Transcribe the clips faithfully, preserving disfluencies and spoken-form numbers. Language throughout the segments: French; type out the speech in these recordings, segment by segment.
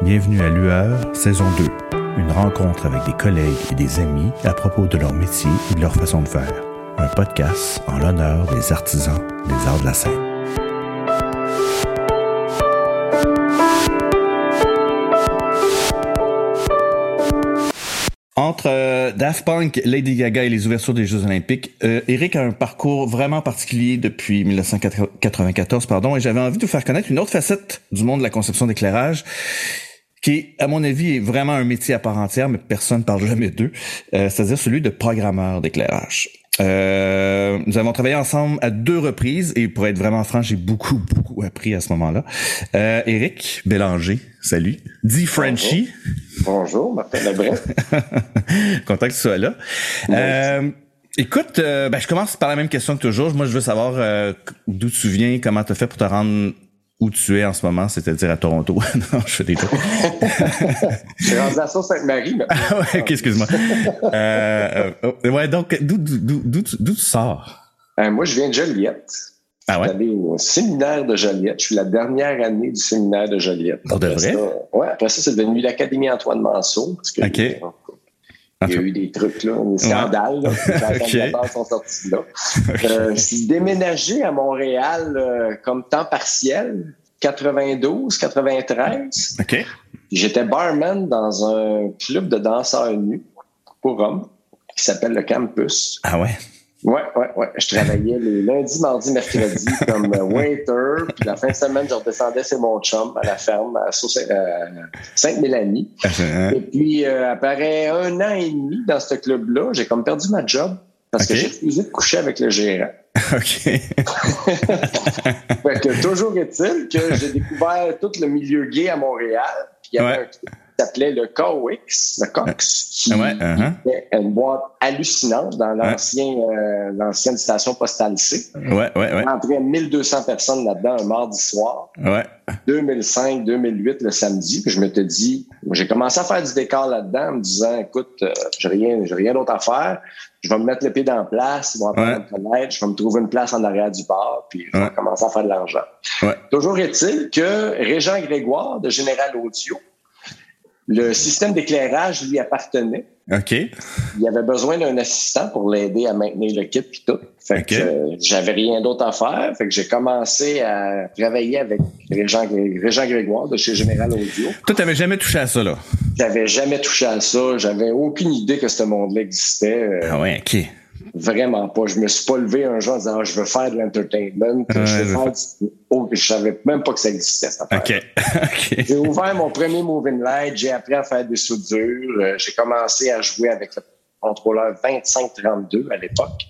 Bienvenue à Lueur, saison deux. Une rencontre avec des collègues et des amis à propos de leur métier et de leur façon de faire. Un podcast en l'honneur des artisans des arts de la scène. Entre euh, Daft Punk, Lady Gaga et les ouvertures des Jeux Olympiques, euh, Éric a un parcours vraiment particulier depuis dix-neuf cent quatre-vingt-quatorze, pardon, et j'avais envie de vous faire connaître une autre facette du monde de la conception d'éclairage, qui, à mon avis, est vraiment un métier à part entière, mais personne ne parle jamais d'eux, euh, c'est-à-dire celui de programmeur d'éclairage. Euh, nous avons travaillé ensemble à deux reprises et pour être vraiment franc, j'ai beaucoup, beaucoup appris à ce moment-là. Euh, Éric Bélanger, salut. Dis Frenchie. Bonjour, Martin Lebret. Content que tu sois là. Euh, écoute, euh, ben, je commence par la même question que toujours. Moi, je veux savoir euh, d'où tu viens, comment tu as fait pour te rendre où tu es en ce moment, c'est-à-dire à Toronto. Non, je fais des trucs. Je suis rendu à Sault-Sainte-Marie. Mais... Ah ouais, okay, excuse-moi. euh, euh, ouais, donc, d'où, d'où, d'où, d'où tu sors? Euh, moi, je viens de Joliette. Ah ouais? Je suis allé au séminaire de Joliette. Je suis la dernière année du séminaire de Joliette. Pour de vrai? Oui, après ça, c'est devenu l'Académie Antoine Manceau. Parce que, OK. Euh, Il y a eu des trucs, là, des scandales. Ouais. Là, les organisateurs okay. sont sortis là. Okay. Euh, je suis déménagé à Montréal euh, comme temps partiel, quatre-vingt-douze, quatre-vingt-treize. OK. J'étais barman dans un club de danseurs nus pour hommes qui s'appelle le Campus. Ah ouais? Ouais, ouais, ouais. Je travaillais les lundis, mardis, mercredis comme waiter. Puis la fin de semaine, je redescendais chez mon chum à la ferme à Sainte-Mélanie. Et puis, euh, après un an et demi dans ce club-là, j'ai comme perdu ma job parce okay. que j'ai refusé de coucher avec le gérant. OK. Fait que toujours est-il que j'ai découvert tout le milieu gay à Montréal. Puis il y avait ouais. un truc qui s'appelait le K O X, le Cox, qui ouais, uh-huh. était une boîte hallucinante dans l'ancien, ouais. euh, l'ancienne station postale C. Ouais, ouais, ouais. Il rentrait mille deux cents personnes là-dedans un mardi soir. Ouais. deux mille cinq, deux mille huit, le samedi. Puis je me suis dit, j'ai commencé à faire du décor là-dedans en me disant, écoute, euh, j'ai rien, j'ai rien d'autre à faire. Je vais me mettre le pied dans la place, ils vont apprendre à me connaître, je vais me trouver une place en arrière du bar, puis je vais ouais. commencer à faire de l'argent. Ouais. Toujours est-il que Régent Grégoire de Général Audio, le système d'éclairage lui appartenait. OK. Il avait besoin d'un assistant pour l'aider à maintenir le kit puis tout. Fait okay. que euh, j'avais rien d'autre à faire. Fait que j'ai commencé à travailler avec Régent, Régent Grégoire de chez Général Audio. Toi, t'avais jamais touché à ça, là? J'avais jamais touché à ça. J'avais aucune idée que ce monde-là existait. Ah ouais, OK. Vraiment pas. Je me suis pas levé un jour en disant, ah, je veux faire de l'entertainment. Ouais, je veux faire du... Oh, je savais même pas que ça existait, cette affaire. OK. OK. J'ai ouvert mon premier Moving Light. J'ai appris à faire des soudures. Euh, j'ai commencé à jouer avec le contrôleur vingt-cinq trente-deux à l'époque.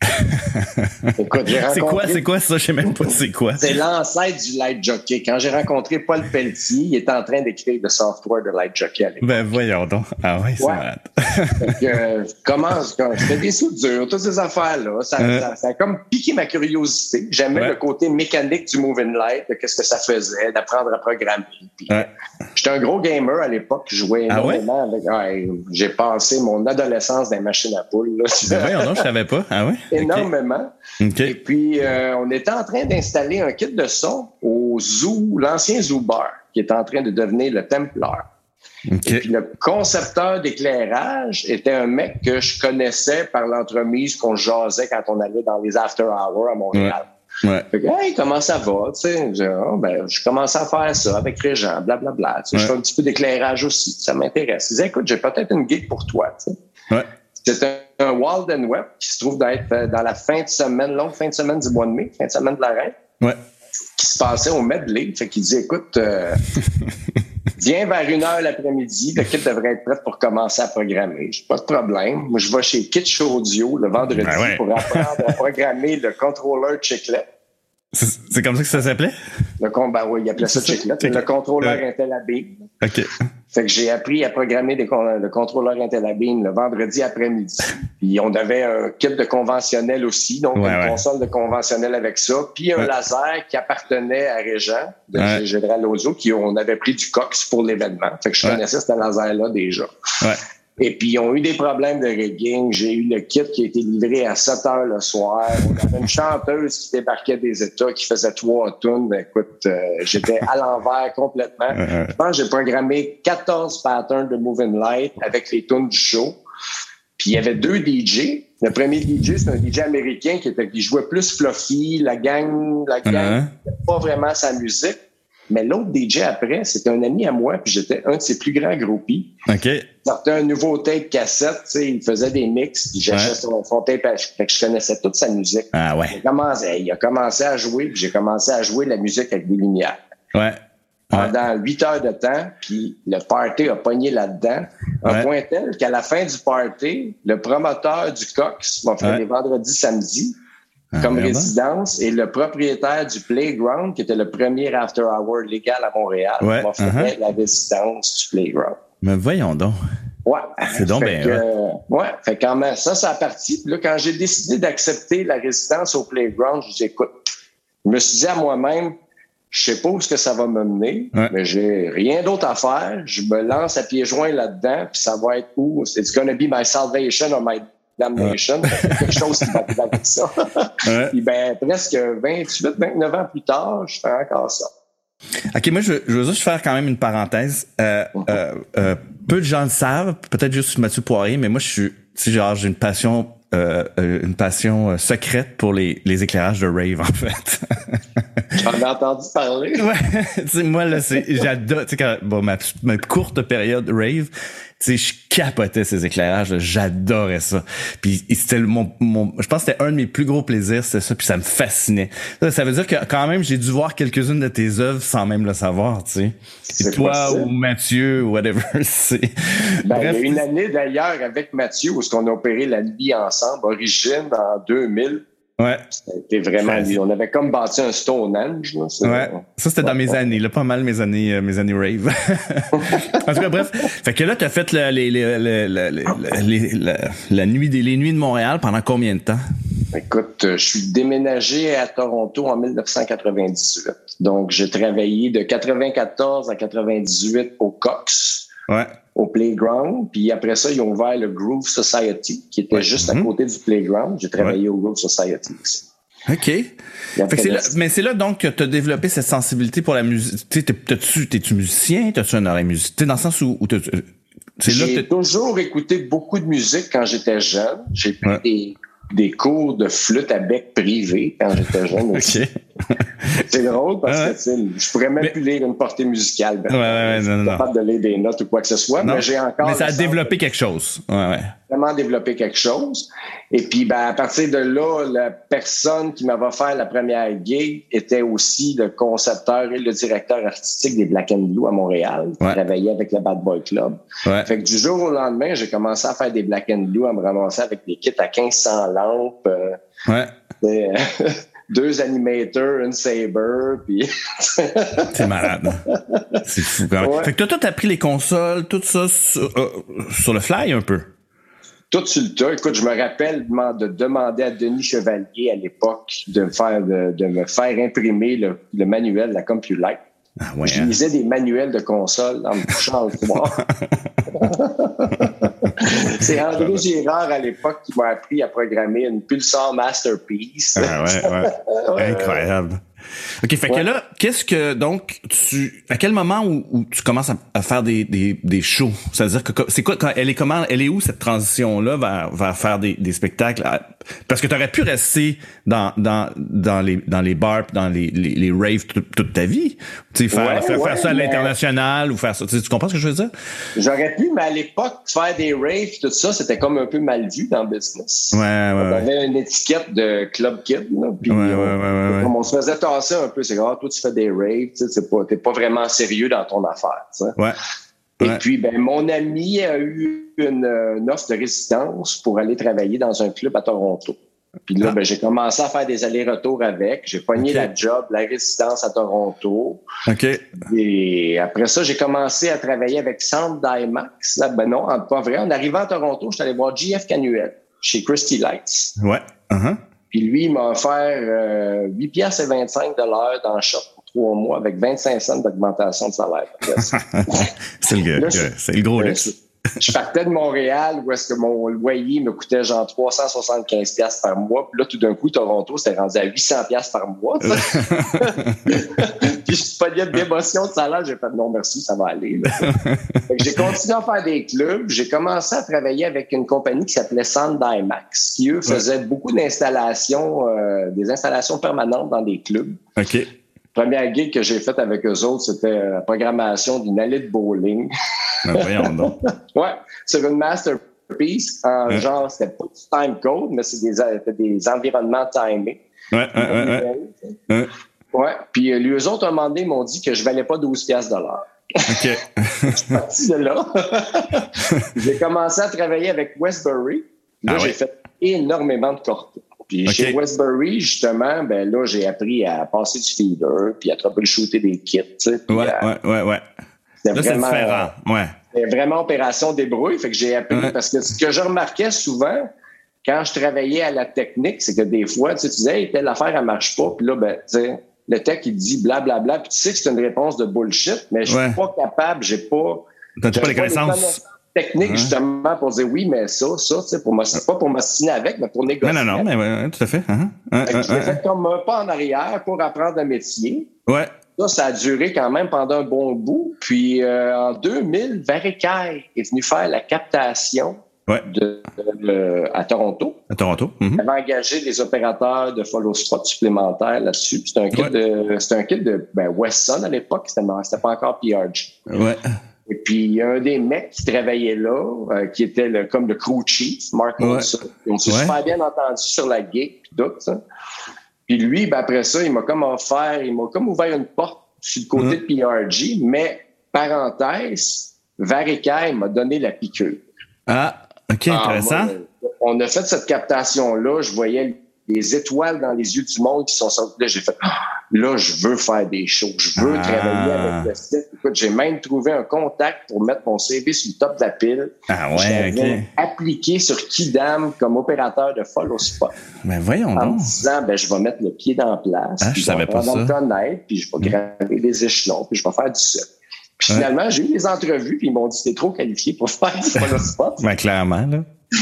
Écoute, j'ai rencontré... C'est quoi, c'est quoi ça? Je sais même pas c'est quoi. C'est l'ancêtre du Light Jockey. Quand j'ai rencontré Paul Pelletier, il était en train d'écrire le software de Light Jockey à l'époque. Ben voyons donc. Ah ouais, c'est ouais. malade. Donc, euh, je commence, je fais des soudures, toutes ces affaires-là. Ça, euh... ça, ça a comme piqué ma curiosité. J'aimais ouais. le côté mécanique du Moving Light, de qu'est-ce que ça faisait, d'apprendre à programmer. Puis, ouais. J'étais un gros gamer à l'époque. Je jouais énormément ah ouais? avec... Ouais, j'ai passé mon adolescence dans les machines à poules. Là. Ben voyons donc, je savais pas. Ah ouais? Énormément. Okay. Et puis, euh, on était en train d'installer un kit de son au Zoo, l'ancien Zoo Bar, qui est en train de devenir le Templar. Okay. Et puis, le concepteur d'éclairage était un mec que je connaissais par l'entremise qu'on jasait quand on allait dans les after hours à Montréal. Ouais. Ouais. Fait que, hey, comment ça va? Tu sais, je, oh, ben, je commençais à faire ça avec Régent, blablabla. Tu sais, ouais. Je fais un petit peu d'éclairage aussi. Ça m'intéresse. Il disait, écoute, j'ai peut-être une gig pour toi. Tu sais. Ouais. C'est un, un Walden Web qui se trouve d'être dans la fin de semaine, longue fin de semaine du mois de mai, fin de semaine de la Reine, ouais. qui se passait au Medley. Fait qu'il dit, écoute, euh, viens vers une heure l'après-midi, le kit devrait être prêt pour commencer à programmer. J'ai pas de problème. Moi, je vais chez Kitsch Audio le vendredi ben ouais. pour apprendre à programmer le contrôleur Chiclet. C'est, c'est comme ça que ça s'appelait? Le con, ben oui, il appelait ça Chiclet. Okay. Le contrôleur euh... Intel Abeam. OK. Fait que j'ai appris à programmer des con- le contrôleur Intel Abeam le vendredi après-midi. Puis on avait un kit de conventionnel aussi, donc ouais, une ouais. console de conventionnel avec ça, puis un ouais. laser qui appartenait à Régent de ouais. Général Audio, qui on avait pris du Cox pour l'événement. Fait que je ouais. connaissais ce laser-là déjà. Ouais. Et puis, ils ont eu des problèmes de rigging. J'ai eu le kit qui a été livré à sept heures le soir. On avait une chanteuse qui débarquait des États, qui faisait trois tunes. Écoute, euh, j'étais à l'envers complètement. Je pense que j'ai programmé quatorze patterns de Moving Light avec les tunes du show. Puis, il y avait deux D J. Le premier D J, c'est un D J américain qui, était, qui jouait plus fluffy. La gang, la gang, uh-huh. pas vraiment sa musique. Mais l'autre D J après, c'était un ami à moi, puis j'étais un de ses plus grands groupies. OK. Il sortait un nouveau tape cassette, tu sais, il faisait des mix, puis j'achetais ouais. son, son tape, fait que je connaissais toute sa musique. Ah ouais. Il a commencé, il a commencé à jouer, puis j'ai commencé à jouer la musique avec des lumières. Ouais. Pendant huit heures de temps, puis le party a pogné là-dedans. Un ouais. point tel qu'à la fin du party, le promoteur du Cox m'a fait ouais. les vendredis, samedis, Ah, comme vraiment? résidence, et le propriétaire du Playground, qui était le premier after hour légal à Montréal, ouais, m'a fait uh-huh. la résidence du Playground. Mais voyons donc. Ouais. C'est donc bien. Que, ouais. ouais. Fait quand même, ça, ça a parti. Puis là, quand j'ai décidé d'accepter la résidence au Playground, je dis, écoute, je me suis dit à moi-même, je sais pas où ce que ça va me mener, ouais. mais j'ai rien d'autre à faire. Je me lance à pieds joints là-dedans, puis ça va être où? It's gonna be my salvation or my damnation. Ouais. Quelque chose qui va avec ça. Ouais. Puis ben, presque vingt-huit, vingt-neuf ans plus tard, je fais encore ça. OK, moi, je, je veux juste faire quand même une parenthèse. Euh, mm-hmm. euh, euh, peu de gens le savent, peut-être juste Mathieu Poirier, mais moi, je suis, tu sais, genre, j'ai une passion, euh, une passion euh, secrète pour les, les éclairages de rave, en fait. J'en ai entendu parler. Ouais, tu sais, moi, là, c'est, j'adore, tu sais, quand, bon, ma, ma courte période rave, tu sais, je capotais ces éclairages, là, j'adorais ça. Puis c'était mon, mon, je pense que c'était un de mes plus gros plaisirs, c'était ça, puis ça me fascinait. Ça, ça veut dire que quand même, j'ai dû voir quelques-unes de tes œuvres sans même le savoir, tu sais. C'est toi possible. Ou Mathieu ou whatever, c'est. Ben, bref, il y a une année d'ailleurs avec Mathieu où on a opéré la nuit ensemble, Origine en deux mille. Ouais. C'était vraiment, ouais. On avait comme bâti un Stonehenge, là. C'est, ouais. Ça, c'était ouais, dans mes ouais. années, là. Pas mal mes années, euh, mes années rave. En tout cas, bref. Fait que là, t'as fait le, les, les, les, les, les, la, la nuit des, les nuits de Montréal pendant combien de temps? Écoute, je suis déménagé à Toronto en dix-neuf cent quatre-vingt-dix-huit. Donc, j'ai travaillé de quatre-vingt-quatorze à quatre-vingt-dix-huit au Cox. Ouais. Au Playground, puis après ça, ils ont ouvert le Groove Society, qui était ouais. juste mm-hmm. à côté du Playground. J'ai travaillé ouais. au Groove Society aussi. OK. Fait que c'est là, mais c'est là donc que tu as développé cette sensibilité pour la musique. Tu sais, t'es-tu, t'es-tu musicien? T'as-tu un oreille musique? Tu sais, dans le sens où, où t'as, c'est j'ai là que toujours écouté beaucoup de musique quand j'étais jeune. J'ai pris ouais. des, des cours de flûte à bec privé quand j'étais jeune aussi. Okay. C'est drôle parce ouais. que tu sais, je pourrais même mais... plus lire une portée musicale. Ben, ouais, ouais, je suis non, capable non. de lire des notes ou quoi que ce soit, non. mais j'ai encore... Mais ça a développé quelque chose. Ouais, ouais. Vraiment développé quelque chose. Et puis, ben, à partir de là, la personne qui m'avait offert la première gig était aussi le concepteur et le directeur artistique des Black and Blue à Montréal, qui ouais. travaillait avec le Bad Boy Club. Ouais. Fait que du jour au lendemain, j'ai commencé à faire des Black and Blue, à me ramasser avec des kits à quinze cents lampes. Euh, ouais. Et, euh, deux animateurs, une saber, puis... C'est malade. C'est fou quand même. Ouais. Fait que toi, t'as appris les consoles, tout ça sur, euh, sur le fly un peu? Tout sur le tas. Écoute, je me rappelle de demander à Denis Chevalier à l'époque de me faire, de, de me faire imprimer le, le manuel de la Compulight. Ah ouais, je lisais hein? des manuels de console en me couchant le soir. C'est André Girard à l'époque qui m'a appris à programmer une Pulsar Masterpiece. Ah ouais, ouais. ouais. Incroyable. OK, fait ouais. que là, qu'est-ce que, donc, tu, à quel moment où, où tu commences à, à faire des, des, des shows? C'est-à-dire que, c'est quoi, quand, elle est comment, elle est où cette transition-là vers, vers faire des, des spectacles? Parce que t'aurais pu rester dans, dans, dans les, dans les bars, dans les, les, les raves toute, toute ta vie. Tu sais, faire, ouais, faire, ouais, faire ça à mais... l'international ou faire ça. Tu, tu comprends ce que je veux dire? J'aurais pu, mais à l'époque, faire des raves, tout ça, c'était comme un peu mal vu dans le business. Ouais, ouais. On ouais. avait une étiquette de Club Kid, là. Puis, ouais, ouais, on, ouais, ouais, comme on se faisait tasser un peu, c'est grave, toi, tu fais des raves, tu sais, c'est pas, t'es pas vraiment sérieux dans ton affaire, tu sais. Ouais. Et ouais. puis, ben, mon ami a eu une, une offre de résidence pour aller travailler dans un club à Toronto. Puis là, ah. ben, j'ai commencé à faire des allers-retours avec. J'ai pogné okay. la job, la résidence à Toronto. OK. Et après ça, j'ai commencé à travailler avec Sound Dimax. Là, ben non, pas vrai. En arrivant à Toronto, je suis allé voir J F Canuel chez Christy Lights. Ouais. Uh-huh. Puis lui, il m'a offert euh, huit piastres et vingt-cinq de l'heure dans le shop pour trois mois avec vingt-cinq cents d'augmentation de salaire. c'est le gars, là, c'est le gros luxe. je partais de Montréal où est-ce que mon loyer me coûtait genre trois cent soixante-quinze dollars par mois. Puis là, tout d'un coup, Toronto, c'était rendu à huit cents dollars par mois. Puis je pognais de démotion de salaire. J'ai fait non, merci, ça va aller. Fait que j'ai continué à faire des clubs. J'ai commencé à travailler avec une compagnie qui s'appelait Sound IMAX, qui, eux, faisaient ouais. beaucoup d'installations, euh, des installations permanentes dans des clubs. OK. Première gig que j'ai faite avec eux autres, c'était la programmation d'une allée de bowling. Ben voyons donc. Ouais, sur une masterpiece en ouais. genre, c'était pas du time code, mais c'est des, des environnements timés. Ouais, ouais, ouais. Ouais, ouais. Puis euh, les autres, à un moment donné, m'ont dit que je valais pas douze piastres de l'heure. OK. Je suis parti de là. J'ai commencé à travailler avec Westbury. Là, ah, j'ai ouais. fait énormément de cortés. Puis okay. chez Westbury, justement, ben là, j'ai appris à passer du feeder, puis à troubleshooter des kits, tu sais. Ouais, à... ouais, ouais, ouais. C'était là, vraiment, c'est différent, ouais. C'était vraiment opération débrouille, fait que j'ai appris, ouais. parce que ce que je remarquais souvent, quand je travaillais à la technique, c'est que des fois, tu sais, tu disais, hey, telle affaire, elle marche pas, puis là, ben, tu sais, le tech, il dit blablabla, bla, bla, puis tu sais que c'est une réponse de bullshit, mais je suis ouais. pas capable, j'ai pas... T'as pas les connaissances technique, hein? Justement, pour dire oui, mais ça, ça, tu sais, pour c'est pas pour m'assiner avec, mais pour négocier. Non, non, non, mais ouais, tout à fait. Uh-huh. Uh-huh. Fait que je l'ai fait comme un pas en arrière pour apprendre un métier. Ouais. Ça, ça a duré quand même pendant un bon bout. Puis, euh, en deux mille, Varicaille est venu faire la captation ouais. de, de, à Toronto. À Toronto. Mm-hmm. Il avait engagé des opérateurs de follow spot supplémentaires là-dessus. C'était un kit ouais. de, c'était un kit de, ben, Wesson à l'époque. C'était, c'était pas encore P R G. Ouais. Et puis, il y a un des mecs qui travaillait là, euh, qui était le, comme le crew chief, Mark Wilson. Ouais. On s'est ouais. super bien entendu sur la gig, puis tout ça. Puis lui, ben après ça, il m'a comme offert, il m'a comme ouvert une porte sur le côté mmh. de P R G, mais, parenthèse, Varicaille m'a donné la piqûre. Ah, OK, intéressant. Ah, moi, on a fait cette captation-là, je voyais les étoiles dans les yeux du monde qui sont sortis. Là, j'ai fait, ah, là, je veux faire des shows, je veux ah. travailler avec le site. Écoute, j'ai même trouvé un contact pour mettre mon C V sur le top de la pile. Ah ouais, OK. Appliqué sur Kidam comme opérateur de follow spot. Ben voyons en donc. En me disant, ben je vais mettre le pied dans la place. Ah, je savais pas ça. Je vais me connaître, puis je vais graver des échelons, puis je vais faire du set. Puis ouais. finalement, j'ai eu des entrevues, puis ils m'ont dit, t'es trop qualifié pour faire du follow spot. Ben clairement, là.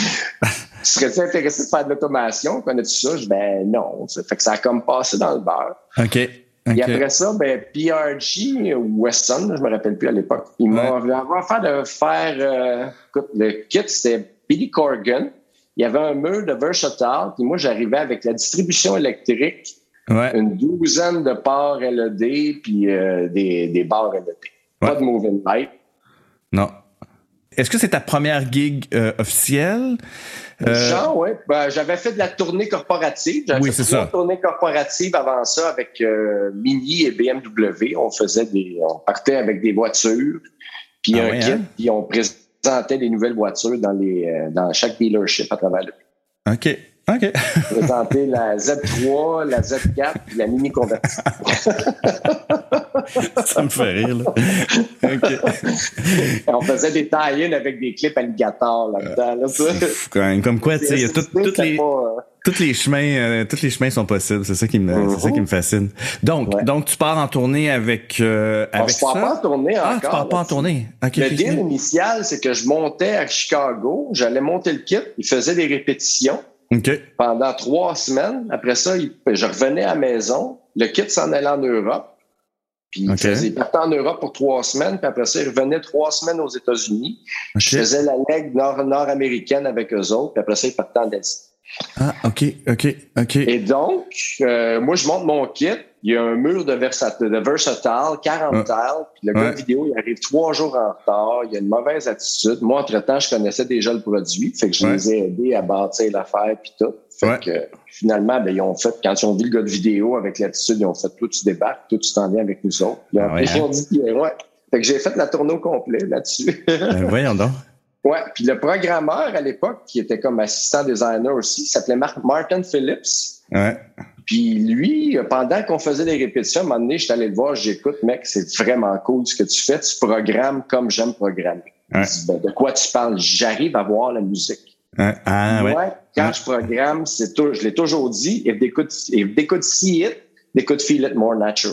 Serais-tu intéressé de faire de l'automation? Connais-tu ça? Je dis, ben non. Ça fait que ça a comme passé dans le beurre. OK. Okay. Et après ça, ben P R G ou Weston, je me rappelle plus à l'époque, ils ouais. m'ont offert de faire... Euh, écoute, le kit, c'était Billy Corgan. Il y avait un mur de Versatile, puis moi, j'arrivais avec la distribution électrique, ouais. une douzaine de ports L E D, puis euh, des, des barres L E D. Ouais. Pas de moving light. Non. Est-ce que c'est ta première gig euh, officielle? Euh... Genre, oui. Ben, j'avais fait de la tournée corporative. J'avais oui, fait c'est ça. une tournée corporative avant ça avec euh, Mini et B M W. On faisait des, on partait avec des voitures, puis ah, un ouais, kit, hein? Puis on présentait des nouvelles voitures dans les, euh, dans chaque dealership à travers le pays. OK. OK. On présentait la Z trois, la Z quatre, puis la Mini convertible. Ça me fait rire, là. Okay. On faisait des tie-in avec des clips alligators là-dedans. Là, c'est fou quand même. Comme quoi, tu sais, il y a tout, tout les, pas, tous les chemins, euh, tous les chemins sont possibles. C'est ça qui me, mm-hmm. c'est ça qui me fascine. Donc, ouais. donc tu pars en tournée avec, euh, avec ça. On se part pas en tournée encore. Ah, tu pars pas en tournée. Okay, le deal initial, c'est que je montais à Chicago, j'allais monter le kit, il faisait des répétitions. Okay. Pendant trois semaines. Après ça, il, je revenais à la maison. Le kit s'en allait en Europe. Puis okay. il, faisait, il partait en Europe pour trois semaines. Puis après ça, il revenait trois semaines aux États-Unis. Okay. Je faisais la ligue nord- nord-américaine avec eux autres. Puis après ça, il partait en Asie. Ah, OK, OK, OK. Et donc, euh, moi, je monte mon kit. Il y a un mur de, versat- de Versatile, quarante tiles. Ah. Puis le gars ouais. de vidéo, il arrive trois jours en retard. Il a une mauvaise attitude. Moi, entre-temps, je connaissais déjà le produit. Fait que je ouais. les ai aidés à bâtir l'affaire puis tout. Fait ouais. que finalement, ben, ils ont fait, quand ils ont vu le gars de vidéo avec l'attitude, ils ont fait tout, tu débarques, tout, tu t'en viens avec nous autres. Puis après, ils ont dit, ouais. Fait que j'ai fait la tournée au complet là-dessus. Ben, voyons donc. Ouais, puis le programmeur à l'époque, qui était comme assistant designer aussi, il s'appelait Mar- Martin Phillips. Ouais. Puis lui, pendant qu'on faisait des répétitions, à un moment donné, je suis allé le voir, j'écoute, mec, c'est vraiment cool ce que tu fais, tu programmes comme j'aime programmer. Ouais. Il dit, ben, de quoi tu parles? J'arrive à voir la musique. Ouais. Ah, ouais. Moi, quand ouais. je programme, c'est tout, je l'ai toujours dit, if they could, if they could see it, they could feel it more naturally.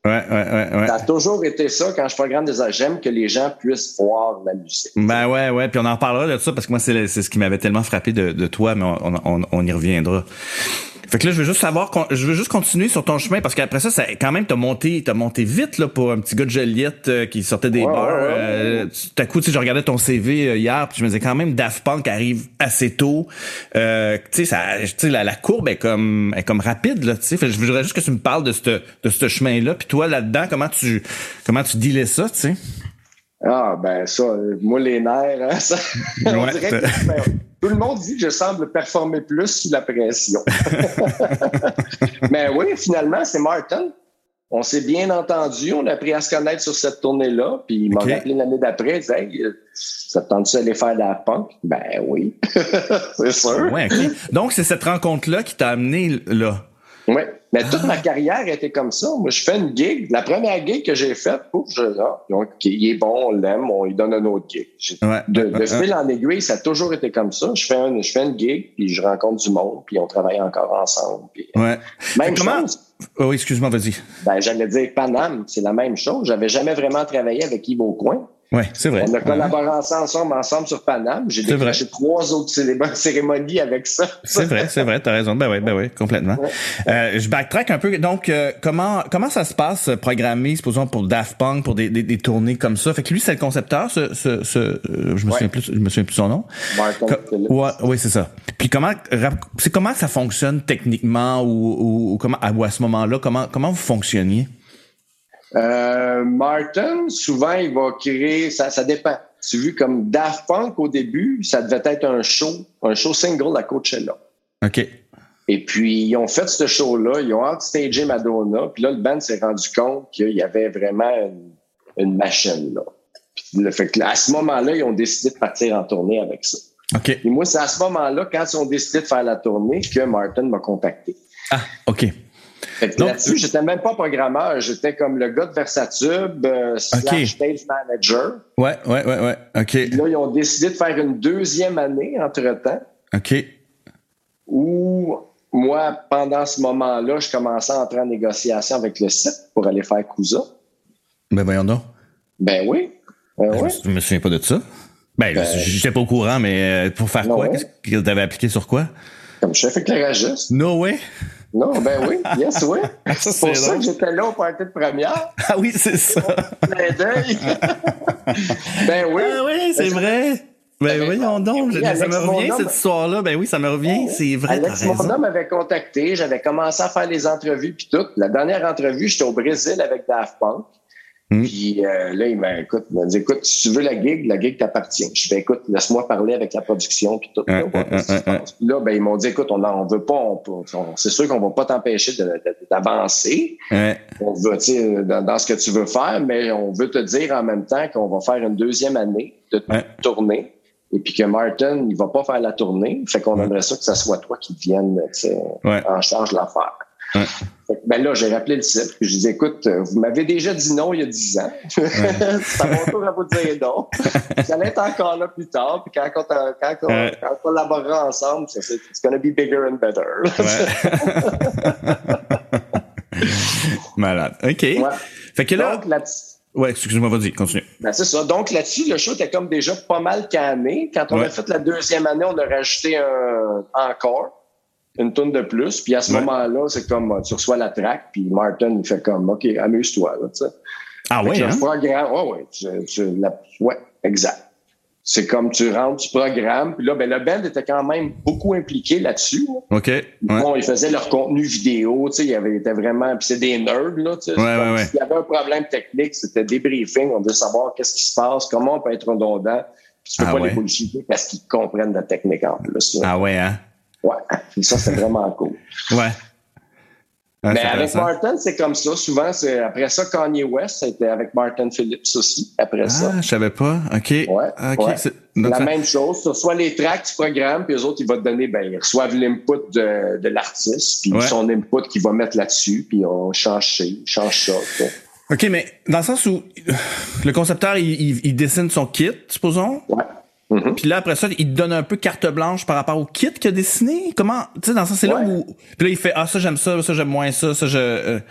Ouais, ouais, ouais, ouais. Ça a toujours été ça quand je programme des agents, j'aime que les gens puissent voir la musique. Ben ouais, ouais. Puis on en reparlera de ça parce que moi, c'est, c'est ce qui m'avait tellement frappé de, de toi, mais on, on, on y reviendra. Fait que là, je veux juste savoir, je veux juste continuer sur ton chemin parce qu'après ça, ça quand même t'as monté, t'as monté vite là pour un petit gars de Joliette euh, qui sortait des ouais, bars. Ouais, ouais. Euh, tout à coup, tu sais, je regardais ton C V euh, hier, puis je me disais quand même Daft Punk arrive assez tôt. Euh, tu sais, ça, tu sais, la, la courbe est comme, est comme rapide là. Tu sais, fait, je voudrais juste que tu me parles de ce de ce chemin-là. Puis toi là-dedans, comment tu comment tu dealais ça, tu sais? Ah ben ça, moi les nerfs, hein, ça, on Ouais, dirait que ben, tout le monde dit que je semble performer plus sous la pression. Mais oui, finalement, c'est Martin. On s'est bien entendu, on a appris à se connaître sur cette tournée-là, puis il m'a okay. rappelé l'année d'après, il disait hey, ça te tente-tu d'aller faire de la punk? Ben oui, c'est sûr. Ouais, okay. Donc c'est cette rencontre-là qui t'a amené là. Oui, mais toute ah. ma carrière était comme ça. Moi, je fais une gig. La première gig que j'ai faite, pouf, je, ah, donc, il est bon, on l'aime, on lui donne un autre gig. Ouais. De, de ouais. fil en aiguille, ça a toujours été comme ça. Je fais, un, je fais une gig, puis je rencontre du monde, puis on travaille encore ensemble. Puis, ouais. Même comment... chose. Oh, oui, excuse-moi, vas-y. Ben, j'allais dire Paname, c'est la même chose. J'avais jamais vraiment travaillé avec Yves Aucoin. Oui, c'est vrai. On a collaboré ouais. ensemble, ensemble sur Paname. J'ai décroché trois autres cérémonies avec ça. C'est vrai, c'est vrai, t'as raison. Ben oui, ben oui, complètement. Ouais. Euh, je backtrack un peu. Donc, euh, comment comment ça se passe, programmer, supposons, pour Daft Punk, pour des, des, des tournées comme ça? Fait que lui, c'est le concepteur, ce, ce, ce euh, je me ouais. souviens plus, je me souviens plus son nom. Martin Com- ouais, oui, c'est ça. Puis comment, c'est comment ça fonctionne techniquement ou, ou, ou comment, ou à ce moment-là, comment comment vous fonctionniez? Euh, Martin, souvent, il va créer, ça, ça dépend. Tu as vu, comme Daft Punk, au début, ça devait être un show, un show single à Coachella. OK. Et puis, ils ont fait ce show-là, ils ont outstagé Madonna, puis là, le band s'est rendu compte qu'il y avait vraiment une, une machine, là. Puis, le fait que, à ce moment-là, ils ont décidé de partir en tournée avec ça. OK. Et moi, c'est à ce moment-là, quand ils ont décidé de faire la tournée, que Martin m'a contacté. Ah, OK. Fait que Donc, là-dessus, j'étais même pas programmeur, j'étais comme le gars de Versatube, euh, slash okay. stage manager. Ouais, ouais, ouais, ouais, OK. Puis là, ils ont décidé de faire une deuxième année entre-temps. OK. Où, moi, pendant ce moment-là, je commençais à entrer en négociation avec le site pour aller faire Cousa. Ben voyons donc. Ben oui. Euh, ben, ouais. Je me souviens pas de ça. Ben, ben j'étais pas au courant, mais pour faire quoi? Ouais. Qu'est-ce que t'avais appliqué sur quoi? Comme chef éclairagiste. No way. Non, ben oui, yes, oui. Ah, ça, c'est pour c'est ça que j'étais là au party de première. Ah oui, c'est ça. Plein d'œil. Ben oui. Ah oui, c'est ben, vrai. Ben voyons donc, oui, ça me revient cette histoire-là. Ben oui, ça me revient, c'est vrai. Alex, mon homme m'avait contacté, j'avais commencé à faire les entrevues puis tout. La dernière entrevue, j'étais au Brésil avec Daft Punk. Mm. Puis euh, là, il m'a, écoute, il m'a dit, écoute, si tu veux la gig, la gig t'appartient. Je fais, écoute, laisse-moi parler avec la production puis tout. Uh, là, uh, uh, uh, uh. là, ben ils m'ont dit, écoute, on on veut pas, on, on, c'est sûr qu'on va pas t'empêcher de, de, d'avancer. Uh. On veut, tu sais, dans, dans ce que tu veux faire, mais on veut te dire en même temps qu'on va faire une deuxième année de uh. tournée. Et puis que Martin, il va pas faire la tournée. Fait qu'on uh. aimerait ça que ça soit toi qui vienne, tu sais, uh. en charge de l'affaire. Ouais. Ben là, j'ai rappelé le site, puis je dis, écoute, vous m'avez déjà dit non il y a dix ans. Ouais. C'est à mon tour à vous dire non. Vous allez être encore là plus tard, puis quand, quand, quand, quand, ouais. quand on collaborera ensemble, c'est, it's gonna be bigger and better. Ouais. Malade. OK. Ouais. Fait que là... Donc, là-dessus... Ouais, excuse-moi, vas-y, continue. Ben, c'est ça. Donc, là-dessus, le show était comme déjà pas mal canné. Quand on ouais. a fait la deuxième année, on a rajouté un encore. Une tonne de plus, puis à ce ouais. moment-là, c'est comme tu reçois la track, puis Martin il fait comme OK, amuse-toi là, tu sais. Ah ouais, hein? Le programme, ouais, ouais, tu, tu, la, ouais, exact. C'est comme tu rentres, tu programmes, puis là, ben le band était quand même beaucoup impliqué là-dessus. Là. OK. Ouais. Bon, ils faisaient leur contenu vidéo, tu sais, il y avait était vraiment, puis c'est des nerds là, tu sais. Ouais, ouais, ouais. S'il y avait un problème technique, c'était des briefings, on veut savoir qu'est-ce qui se passe, comment on peut être redondant, puis tu peux ah, pas ouais. les bullshiter parce qu'ils comprennent la technique en plus. Là. Ah ouais, hein? Ouais, ça, c'est vraiment cool. Ouais. Ah, mais avec Martin, c'est comme ça. Souvent, c'est après ça, Kanye West, c'était avec Martin Phillips aussi, après ah, ça. Ah, je savais pas. OK. Ouais, OK. Ouais. C'est la ça... même chose. Tu reçois les tracks du programme, puis eux autres, ils vont te donner, ben, ils reçoivent l'input de, de l'artiste, puis ouais. son input qu'ils vont mettre là-dessus, puis on change ça, change ça. Quoi. OK, mais dans le sens où le concepteur, il, il, il dessine son kit, supposons. Ouais. Mm-hmm. Puis là, après ça, il te donne un peu carte blanche par rapport au kit qu'il a dessiné. Comment, tu sais, dans ça, c'est ouais. là où... Puis là, il fait, ah, ça, j'aime ça, ça, j'aime moins ça, ça, je... Euh...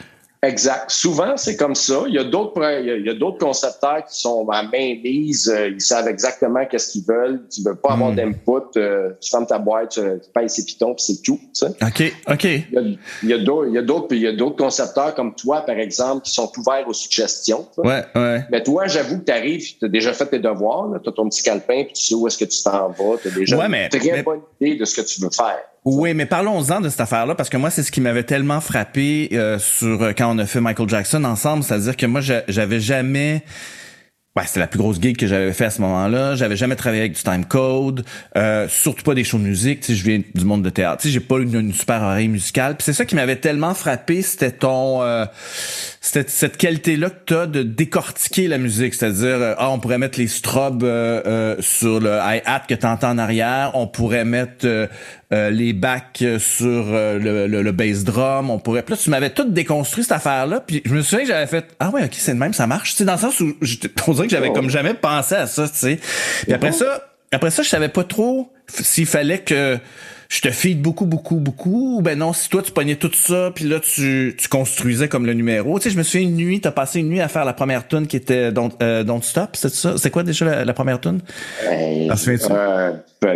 Exact. Souvent, c'est comme ça. Il y a d'autres, il y a d'autres concepteurs qui sont à main mise. Ils savent exactement qu'est-ce qu'ils veulent. Tu veux pas mm. avoir d'input. Euh, tu fermes ta boîte, tu, tu payes ses pitons, puis c'est tout. Tu sais. OK, OK. Il y a, il y a d'autres, il y a d'autres, il y a d'autres concepteurs comme toi, par exemple, qui sont ouverts aux suggestions. Tu sais. Ouais, ouais. Mais toi, j'avoue que tu arrives, tu as déjà fait tes devoirs. Tu as ton petit calepin, puis tu sais où est-ce que tu t'en vas. Tu as déjà ouais, mais, une très mais... bonne idée de ce que tu veux faire. Oui, mais parlons-en de cette affaire-là, parce que moi, c'est ce qui m'avait tellement frappé euh, sur euh, quand on a fait Michael Jackson ensemble, c'est-à-dire que moi, j'avais jamais... Ouais, c'était la plus grosse gig que j'avais fait à ce moment-là. J'avais jamais travaillé avec du timecode, euh, surtout pas des shows de musique. Tu sais, je viens du monde de théâtre. Tu sais, j'ai pas une, une super oreille musicale. Puis c'est ça qui m'avait tellement frappé, c'était ton, euh, c'était cette qualité-là que t'as de décortiquer la musique. C'est-à-dire, euh, ah, on pourrait mettre les strobes euh, euh, sur le hi-hat que t'entends en arrière. On pourrait mettre euh, euh, les backs sur euh, le, le, le bass drum. On pourrait. Puis là, tu m'avais tout déconstruit cette affaire-là. Puis je me souviens que j'avais fait, ah ouais, ok, c'est le même, ça marche. Tu sais, dans le sens où on dirait que j'avais comme jamais pensé à ça, tu sais. Puis après ça, après ça, je savais pas trop s'il fallait que je te feed beaucoup, beaucoup, beaucoup, ou ben non, si toi tu pognais tout ça, puis là tu tu construisais comme le numéro. Tu sais, je me souviens une nuit, t'as passé une nuit à faire la première tune qui était Don't, euh, Don't Stop, c'est ça? C'est quoi déjà la, la première tune? Hey, euh,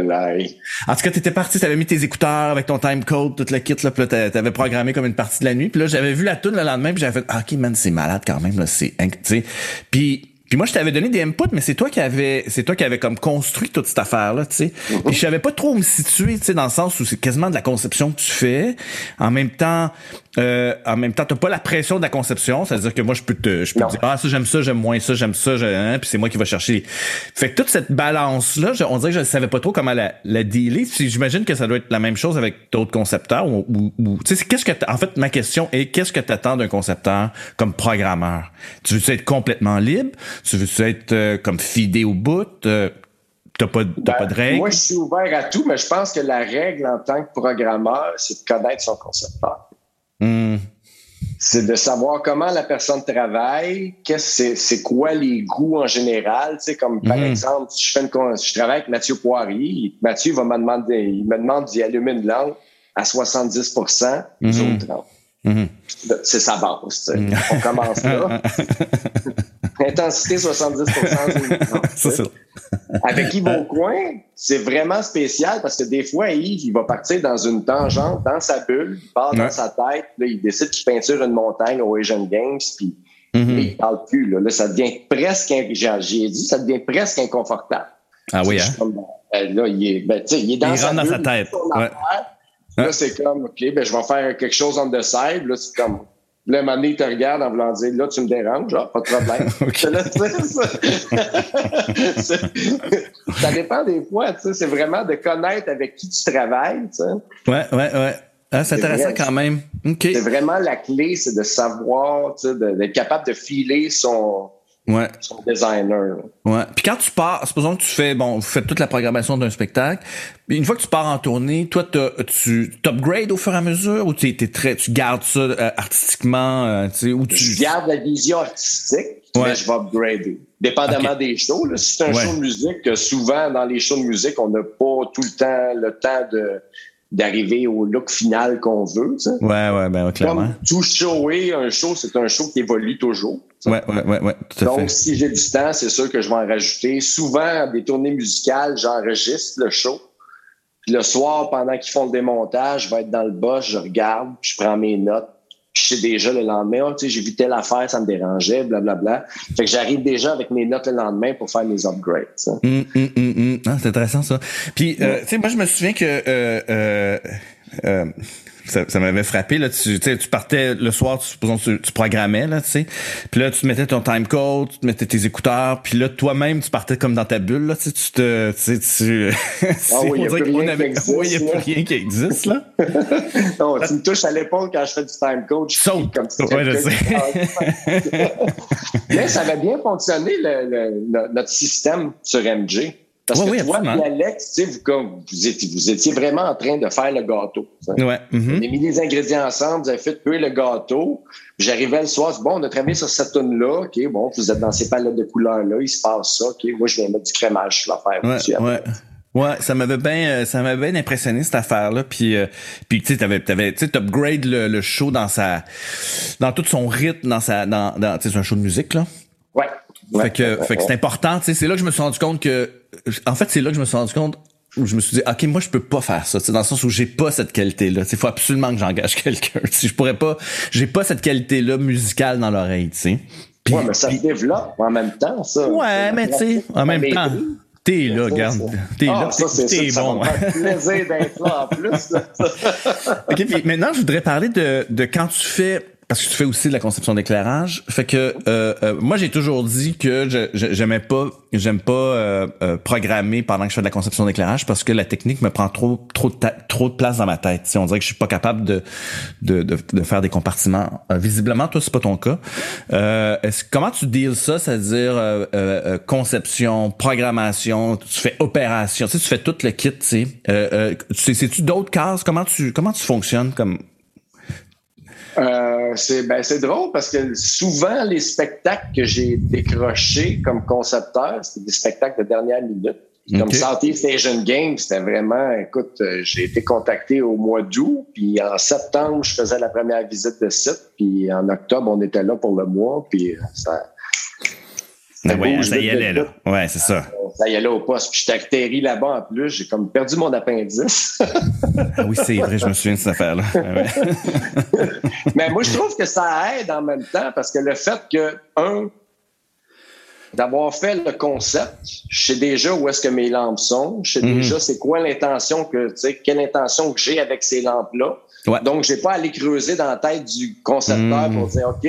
en tout cas, t'étais parti, t'avais mis tes écouteurs avec ton timecode, toute la kit, là, puis là t'avais programmé comme une partie de la nuit, puis là j'avais vu la tune le lendemain, puis j'avais fait, ah, ok man, c'est malade quand même, là, c'est, tu sais, puis Puis moi, je t'avais donné des inputs, mais c'est toi qui avais, c'est toi qui avais comme construit toute cette affaire-là, tu sais. Mm-hmm. Puis je savais pas trop où me situer, tu sais, dans le sens où c'est quasiment de la conception que tu fais. En même temps, euh, en même temps, t'as pas la pression de la conception, c'est-à-dire que moi, je peux te, je peux te dire, ah, ça, j'aime ça, j'aime moins ça, j'aime ça, j'aime, hein, puis c'est moi qui va chercher. Fait que toute cette balance-là, je, on dirait que je savais pas trop comment la, la dealer. Puis j'imagine que ça doit être la même chose avec d'autres concepteurs ou, ou, ou tu sais, qu'est-ce que en fait, ma question est, qu'est-ce que t'attends d'un concepteur comme programmeur? Tu veux être complètement libre? Tu veux être euh, comme fidé au bout? Euh, t'as pas, t'as ben, pas de règles? Moi, je suis ouvert à tout, mais je pense que la règle en tant que programmeur, c'est de connaître son concepteur. Mm. C'est de savoir comment la personne travaille, qu'est-ce c'est, c'est quoi les goûts en général. Tu sais, comme par mm. exemple, si je fais une, si je travaille avec Mathieu Poirier, Mathieu va me demander, il me demande d'y allumer une lampe à soixante-dix pour cent mm-hmm. zone trente. Mm-hmm. C'est sa base. Tu sais. Mm. On commence là. Intensité soixante-dix pour cent. C'est ça. Avec Yves Aucoin, c'est vraiment spécial parce que des fois, Yves, il va partir dans une tangente, dans sa bulle, il part ouais. dans sa tête, là, il décide qu'il peinture une montagne au Asian Games, puis mm-hmm. il parle plus. Là. Là, ça devient presque, j'ai dit, ça devient presque inconfortable. Ah oui, hein? Comme, là, il est, ben, il est dans, il sa, rentre bulle, dans sa tête. Ouais. Là, c'est comme, OK, ben, je vais faire quelque chose on the side. Là, c'est comme... Là, un moment donné, il te regarde en voulant dire, là, tu me déranges, genre, pas de problème. Okay. Là, ça. Ça dépend des fois, tu sais, c'est vraiment de connaître avec qui tu travailles, tu sais. Ouais, ouais, ouais. Ah, c'est, c'est intéressant vrai, quand même. OK. C'est vraiment la clé, c'est de savoir, tu sais, de, d'être capable de filer son, ouais. son designer. Ouais. Puis quand tu pars, supposons que tu fais, bon, vous faites toute la programmation d'un spectacle. Une fois que tu pars en tournée, toi, tu t'upgrades au fur et à mesure ou tu es très, tu gardes ça euh, artistiquement, euh, tu sais, ou tu. Je garde la vision artistique, ouais. mais je vais upgrader. Dépendamment okay. des shows. Là. Si c'est un ouais. show de musique, souvent dans les shows de musique, on n'a pas tout le temps le temps de d'arriver au look final qu'on veut. Tu sais. Ouais, ouais, ben clairement. Comme tout show est un show, c'est un show qui évolue toujours. Ouais, ouais, ouais, ouais, tout à Donc, fait. si j'ai du temps, c'est sûr que je vais en rajouter. Souvent, des tournées musicales, j'enregistre le show. Puis le soir, pendant qu'ils font le démontage, je vais être dans le boss, je regarde, puis je prends mes notes. Puis je sais déjà le lendemain, oh, tu sais, j'ai vu telle affaire, ça me dérangeait, blablabla. Fait que j'arrive déjà avec mes notes le lendemain pour faire mes upgrades. Mm, mm, mm, mm. Ah, c'est intéressant ça. Puis, euh, tu sais, moi je me souviens que euh, euh, euh, ça, ça m'avait frappé là. Tu sais, tu partais le soir, tu, supposons, tu, tu programmais là, tu sais. Puis là, tu mettais ton timecode, tu mettais tes écouteurs, puis là, toi-même, tu partais comme dans ta bulle là. Tu sais, tu te, tu sais, tu. Ah oui, il y a plus rien qui existe. Oui, il y a plus rien qui existe là. Non, tu me touches à l'épaule quand je fais du timecode. Je saute comme ça. Ouais, je sais. Mais ça avait bien fonctionné le, le, notre système sur M J. Parce ouais, que oui, toi absolument. et Alex, tu sais, vous, comme, vous, étiez, vous étiez vraiment en train de faire le gâteau. Ouais. Mm-hmm. Vous avez mis les ingrédients ensemble, vous avez fait cuire le gâteau. J'arrivais le soir, je dis, bon, on a travaillé sur cette toune-là, OK, bon, vous êtes dans ces palettes de couleurs-là, il se passe ça, OK, moi, je viens mettre du crémage sur l'affaire. Ouais, ouais. Ouais, ça m'avait bien, ça m'avait bien impressionné cette affaire-là. Puis, euh, puis tu sais, t'avais, t'avais, tu sais, t'upgrades le, le show dans sa, dans tout son rythme, dans sa, dans, dans, tu sais, c'est un show de musique là. Ouais. ouais fait que, ouais, fait que c'est important. Tu sais, c'est là que je me suis rendu compte que, en fait, c'est là que je me suis rendu compte où je me suis dit, ok, moi je peux pas faire ça. Tu sais, dans le sens où j'ai pas cette qualité-là. Il faut absolument que j'engage quelqu'un. Tu sais, je pourrais pas, j'ai pas cette qualité-là musicale dans l'oreille. Tu sais. Puis, ouais, mais ça puis, se développe en même temps, ça. Ouais, mais tu sais, en même temps. T'es là, regarde. T'es ah, là, ça, t'es, c'est t'es ça, bon. Ça va me faire plaisir d'être là en plus. OK, puis maintenant, je voudrais parler de, de quand tu fais... Parce que tu fais aussi de la conception d'éclairage. Fait que euh, euh, moi, j'ai toujours dit que je, je j'aimais pas, j'aime pas euh, euh, programmer pendant que je fais de la conception d'éclairage parce que la technique me prend trop trop de ta- trop de place dans ma tête. T'sais, on dirait que je suis pas capable de de de, de faire des compartiments. Euh, visiblement, toi, c'est pas ton cas. Euh, est-ce comment tu deals ça, c'est-à-dire euh, euh, conception, programmation, tu fais opération, tu sais, tu fais tout le kit. Tu sais, euh, euh, tu sais, c'est-tu d'autres cases? Comment tu comment tu fonctionnes comme Euh, c'est ben c'est drôle parce que souvent les spectacles que j'ai décrochés comme concepteur, c'était des spectacles de dernière minute. Okay. Comme Southeast Asian Games, c'était vraiment, écoute, j'ai été contacté au mois d'août, puis en septembre, je faisais la première visite de site, puis en octobre, on était là pour le mois, puis ça... Ah ouais, ça y allait, là. Ouais, c'est ça. Ça y allait au poste. Puis j'étais atterri là-bas en plus. J'ai comme perdu mon appendice. Ah oui, c'est vrai, je me souviens de cette affaire-là. Ah ouais. Mais moi, je trouve que ça aide en même temps parce que le fait que, un, d'avoir fait le concept, je sais déjà où est-ce que mes lampes sont. Je sais mm-hmm. déjà c'est quoi l'intention que, tu sais, quelle intention que j'ai avec ces lampes-là. Ouais. Donc, j'ai pas à aller creuser dans la tête du concepteur mm-hmm. pour dire, OK,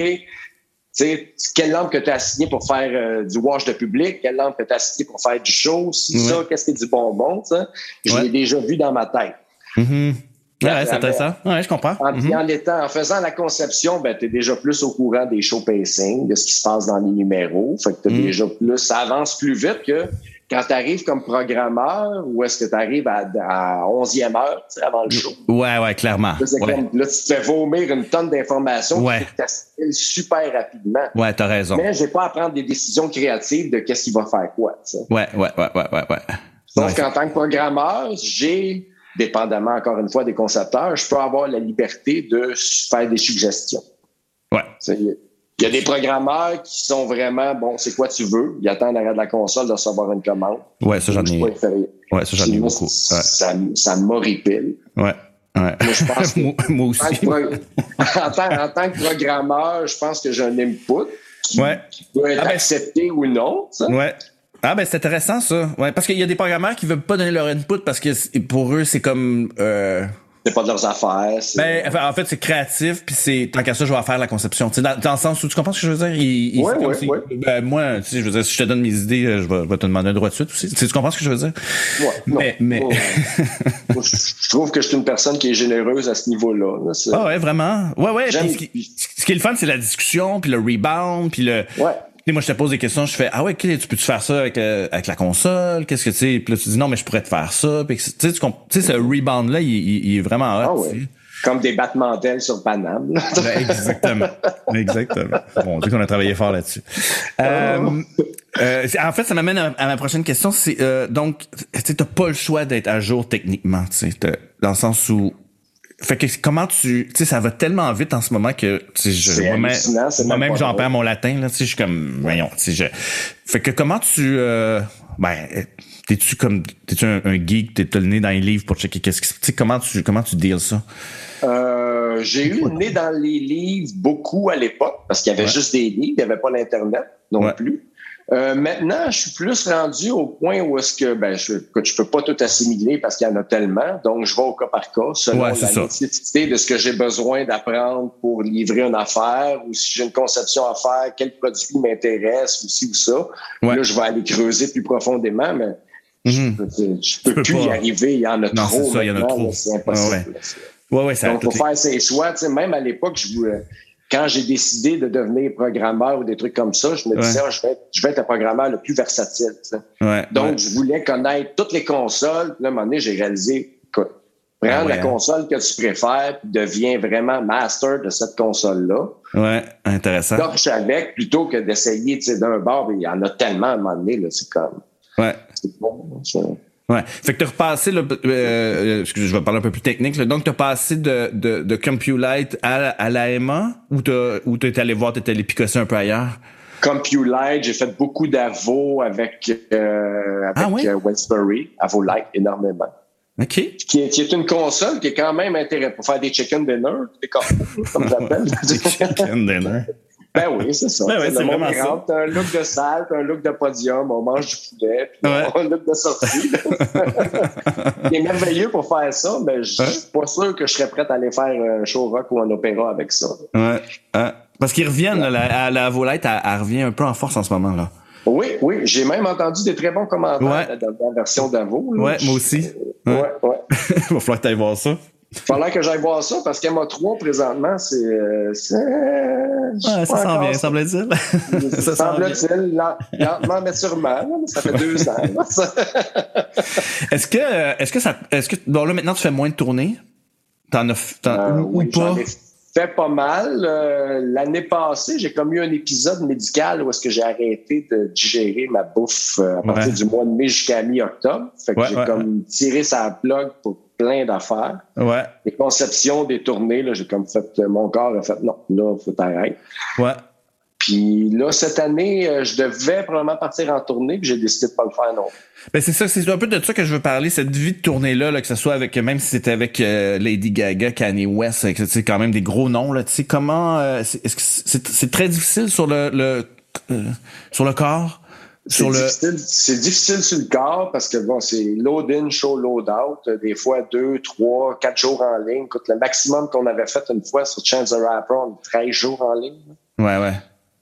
tu sais, quelle lampe que tu as assignée pour faire euh, du wash de public, quelle lampe que tu as assignée pour faire du show, si ouais. ça, qu'est-ce qui est du bonbon, ça, je ouais. l'ai déjà vu dans ma tête. Mm-hmm. Ouais, ouais, c'est intéressant. Ouais, je comprends. En, mm-hmm. en, étant, en faisant la conception, ben, tu es déjà plus au courant des show pacing, de ce qui se passe dans les numéros. Fait que t'as mm-hmm. déjà plus, ça avance plus vite que quand tu arrives comme programmeur ou est-ce que tu arrives à, à onzième heure avant le show. Ouais, ouais, clairement. Là, ouais. Comme, là tu te fais vomir une tonne d'informations ouais. qui t'assimiles super rapidement. Ouais, t'as raison. Mais j'ai pas à prendre des décisions créatives de qu'est-ce qu'il va faire quoi. T'sais. Ouais, ouais, ouais, ouais, ouais, ouais. Donc, ouais. en tant que programmeur, j'ai, dépendamment encore une fois des concepteurs, je peux avoir la liberté de faire des suggestions. Ouais. T'sais, il y a des programmeurs qui sont vraiment, bon, c'est quoi tu veux? Ils attendent derrière de la console de recevoir une commande. Ouais, ça, j'en ai. Ouais, ça, j'en ai beaucoup. Ouais. Ça, ça m'horripile. Ouais. Ouais. Moi, je pense que, moi, moi aussi. En, pro... en, tant, en tant que programmeur, je pense que j'ai un input qui, ouais. qui peut être ah ben, accepté ou non. Ça. Ouais. Ah ben c'est intéressant ça. Ouais, parce qu'il y a des programmeurs qui veulent pas donner leur input parce que pour eux c'est comme euh... c'est pas de leurs affaires. C'est... Ben, enfin, en fait, c'est créatif, puis c'est tant qu'à ça, je vais faire la conception. Tu sais, dans, dans le sens où tu comprends ce que je veux dire? Il, il, ouais, ouais, si, ouais. Ben, moi, tu sais, je veux dire, si je te donne mes idées, je vais, je vais te demander un droit de suite aussi. Tu, sais, tu comprends ce que je veux dire? Ouais, non, mais, mais... Ouais. Moi, je trouve que je suis une personne qui est généreuse à ce niveau-là. Là, ah ouais, vraiment. Ouais, ouais. Puis ce, qui, ce qui est le fun, c'est la discussion, puis le rebound, puis le. Ouais. Et moi, je te pose des questions, je fais, ah ouais, okay, tu peux-tu faire ça avec, euh, avec la console? Qu'est-ce que tu sais? Puis là, tu dis, non, mais je pourrais te faire ça. Puis, tu sais, tu sais, ce rebound-là, il, il, il est vraiment hot. Ah ouais. Comme des battements d'ailes sur Paname. Ben, exactement. Exactement. Bon, on dit qu'on a travaillé fort là-dessus. Euh, euh, en fait, ça m'amène à, à ma prochaine question. C'est, euh, donc, tu sais, t'as pas le choix d'être à jour techniquement, tu sais, dans le sens où, fait que comment tu, tu sais, ça va tellement vite en ce moment que, tu sais, je, moi-même, moi-même j'en perds mon latin, là, tu sais, je suis comme, voyons, tu sais, je, fait que comment tu, euh, ben, t'es-tu comme, t'es-tu un, un geek, t'es le nez dans les livres pour checker qu'est-ce qui, tu sais, comment tu, comment tu deals ça? Euh, j'ai eu le nez dans les livres beaucoup à l'époque, parce qu'il y avait ouais. juste des livres, il n'y avait pas l'Internet non ouais. plus. Euh, maintenant, je suis plus rendu au point où est-ce que, ben, je, que je peux pas tout assimiler parce qu'il y en a tellement, donc je vais au cas par cas, selon ouais, la ça. nécessité de ce que j'ai besoin d'apprendre pour livrer une affaire, ou si j'ai une conception à faire, quel produit m'intéresse, ou ci ou ça. Ouais. Là, je vais aller creuser plus profondément, mais mm-hmm. je peux, je peux plus pas. y arriver, il y en a non, trop. C'est ça, il y en a trop. Là, c'est impossible. Ah ouais. Ouais, ouais, ça donc, il faut faire ses choix. Tu sais, même à l'époque, je voulais... Quand j'ai décidé de devenir programmeur ou des trucs comme ça, je me disais, ouais. oh, je, vais être, je vais être le programmeur le plus versatile. Ouais, Donc, ouais. je voulais connaître toutes les consoles. Puis là, à un moment donné, j'ai réalisé, écoute, prends ah ouais, la console que tu préfères, puis deviens vraiment master de cette console-là. Ouais, intéressant. Torche avec, plutôt que d'essayer, tu sais, d'un bord, il y en a tellement à un moment donné, là, c'est comme... Ouais. C'est bon, ça. Ouais. Fait que t'as repassé, là, euh, excusez, je vais parler un peu plus technique, là. Donc, t'as passé de, de, de CompuLight à, à l'A M A, ou t'as, ou t'es allé voir, t'es allé picosser un peu ailleurs? CompuLight, j'ai fait beaucoup d'Avo avec, euh, avec ah, oui? euh, Westbury. Avo Light, énormément. OK. Qui est, qui est une console qui est quand même intéressante pour faire des chicken dinner, des corpos, comme j'appelle. Des chicken dinner. Ben oui, c'est ça. Ben ouais, c'est vraiment ça. T'as un look de salle, t'as un look de podium, on mange du poulet, puis ouais. on a un look de sortie. Il est merveilleux pour faire ça, mais je ouais. suis pas sûr que je serais prête à aller faire un show rock ou un opéra avec ça. Ouais. ouais. Parce qu'ils reviennent, ouais. là, la, la Volite, elle, elle revient un peu en force en ce moment, là. Oui, oui. J'ai même entendu des très bons commentaires ouais. dans la version d'Avo. Là. Ouais, moi aussi. Ouais, ouais. ouais. Il va falloir que tu ailles voir ça. Il va falloir que j'aille voir ça parce qu'M A trois, présentement, c'est... c'est ouais, ça sent bien, semble-t-il. ça semble-t-il, lentement, mais sûrement. Là, ça fait deux ans. est-ce que, est-ce que ça... Est-ce que, bon, là, maintenant, tu fais moins de tournées? T'en as... T'en, euh, ou, oui, ou pas? Fait pas mal. Euh, l'année passée, j'ai comme eu un épisode médical où est-ce que j'ai arrêté de digérer ma bouffe euh, à partir ouais. du mois de mai jusqu'à mi-octobre. Fait que ouais, j'ai ouais, comme ouais. tiré sa plug pour plein d'affaires. Ouais. Les conceptions des tournées, là, j'ai comme fait, mon corps a fait, non, là, faut t'arrêter. Ouais. Puis là, cette année, euh, je devais probablement partir en tournée, puis j'ai décidé de pas le faire non. Ben c'est ça, c'est un peu de ça que je veux parler, cette vie de tournée-là, là, que ce soit avec, même si c'était avec euh, Lady Gaga, Kanye West, que c'est quand même des gros noms, là, tu sais, comment, euh, c'est, est-ce que c'est, c'est très difficile sur le, le euh, sur le corps? C'est, sur difficile, le... c'est difficile sur le corps parce que bon, c'est load-in, show, load-out. Des fois, deux, trois, quatre jours en ligne. Écoute, le maximum qu'on avait fait une fois sur Chance the Rapper, on a treize jours en ligne. Ouais, ouais.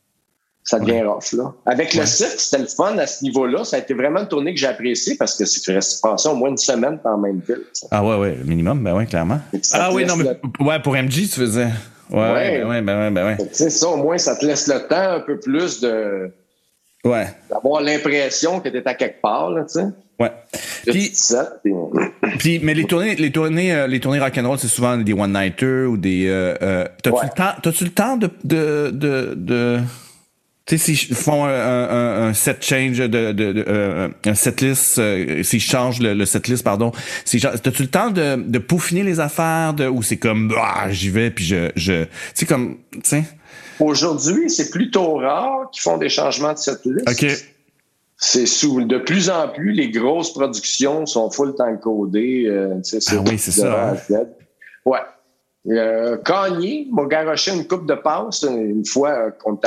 Ça devient ouais. rough, là. Avec ouais. le cirque, c'était le fun à ce niveau-là. Ça a été vraiment une tournée que j'ai appréciée parce que c'est que tu restes passé au moins une semaine dans la même ville. Ça. Ah ouais, ouais, minimum, ben ouais, clairement. Ah oui, non, mais le... ouais, pour M G, tu faisais. Ouais, ouais, ben ouais, ben ouais, ben ouais. Tu sais, ça, au moins, ça te laisse le temps un peu plus de... Ouais. D'avoir l'impression que t'es à quelque part, là, tu sais. Ouais. Puis, ça, puis... puis, mais les tournées, les tournées, euh, les tournées rock'n'roll, c'est souvent des one-nighters ou des, euh, euh, t'as-tu ouais. le temps, t'as-tu le temps de, de, de, de, tu sais, s'ils font un, un, un set change de, de, de euh, un setlist, euh, s'ils changent le, le setlist, pardon, s'ils changent, t'as-tu le temps de, de peaufiner les affaires, de, ou c'est comme, ah, j'y vais, puis je, je, tu sais, comme, tu sais. Aujourd'hui, c'est plutôt rare qu'ils font des changements de setlist. OK. C'est sous, de plus en plus, les grosses productions sont full time codées. Euh, c'est ah oui, c'est ça. Hein? Ouais. Euh, Kanye m'a garoché une coupe de passe une fois euh, qu'on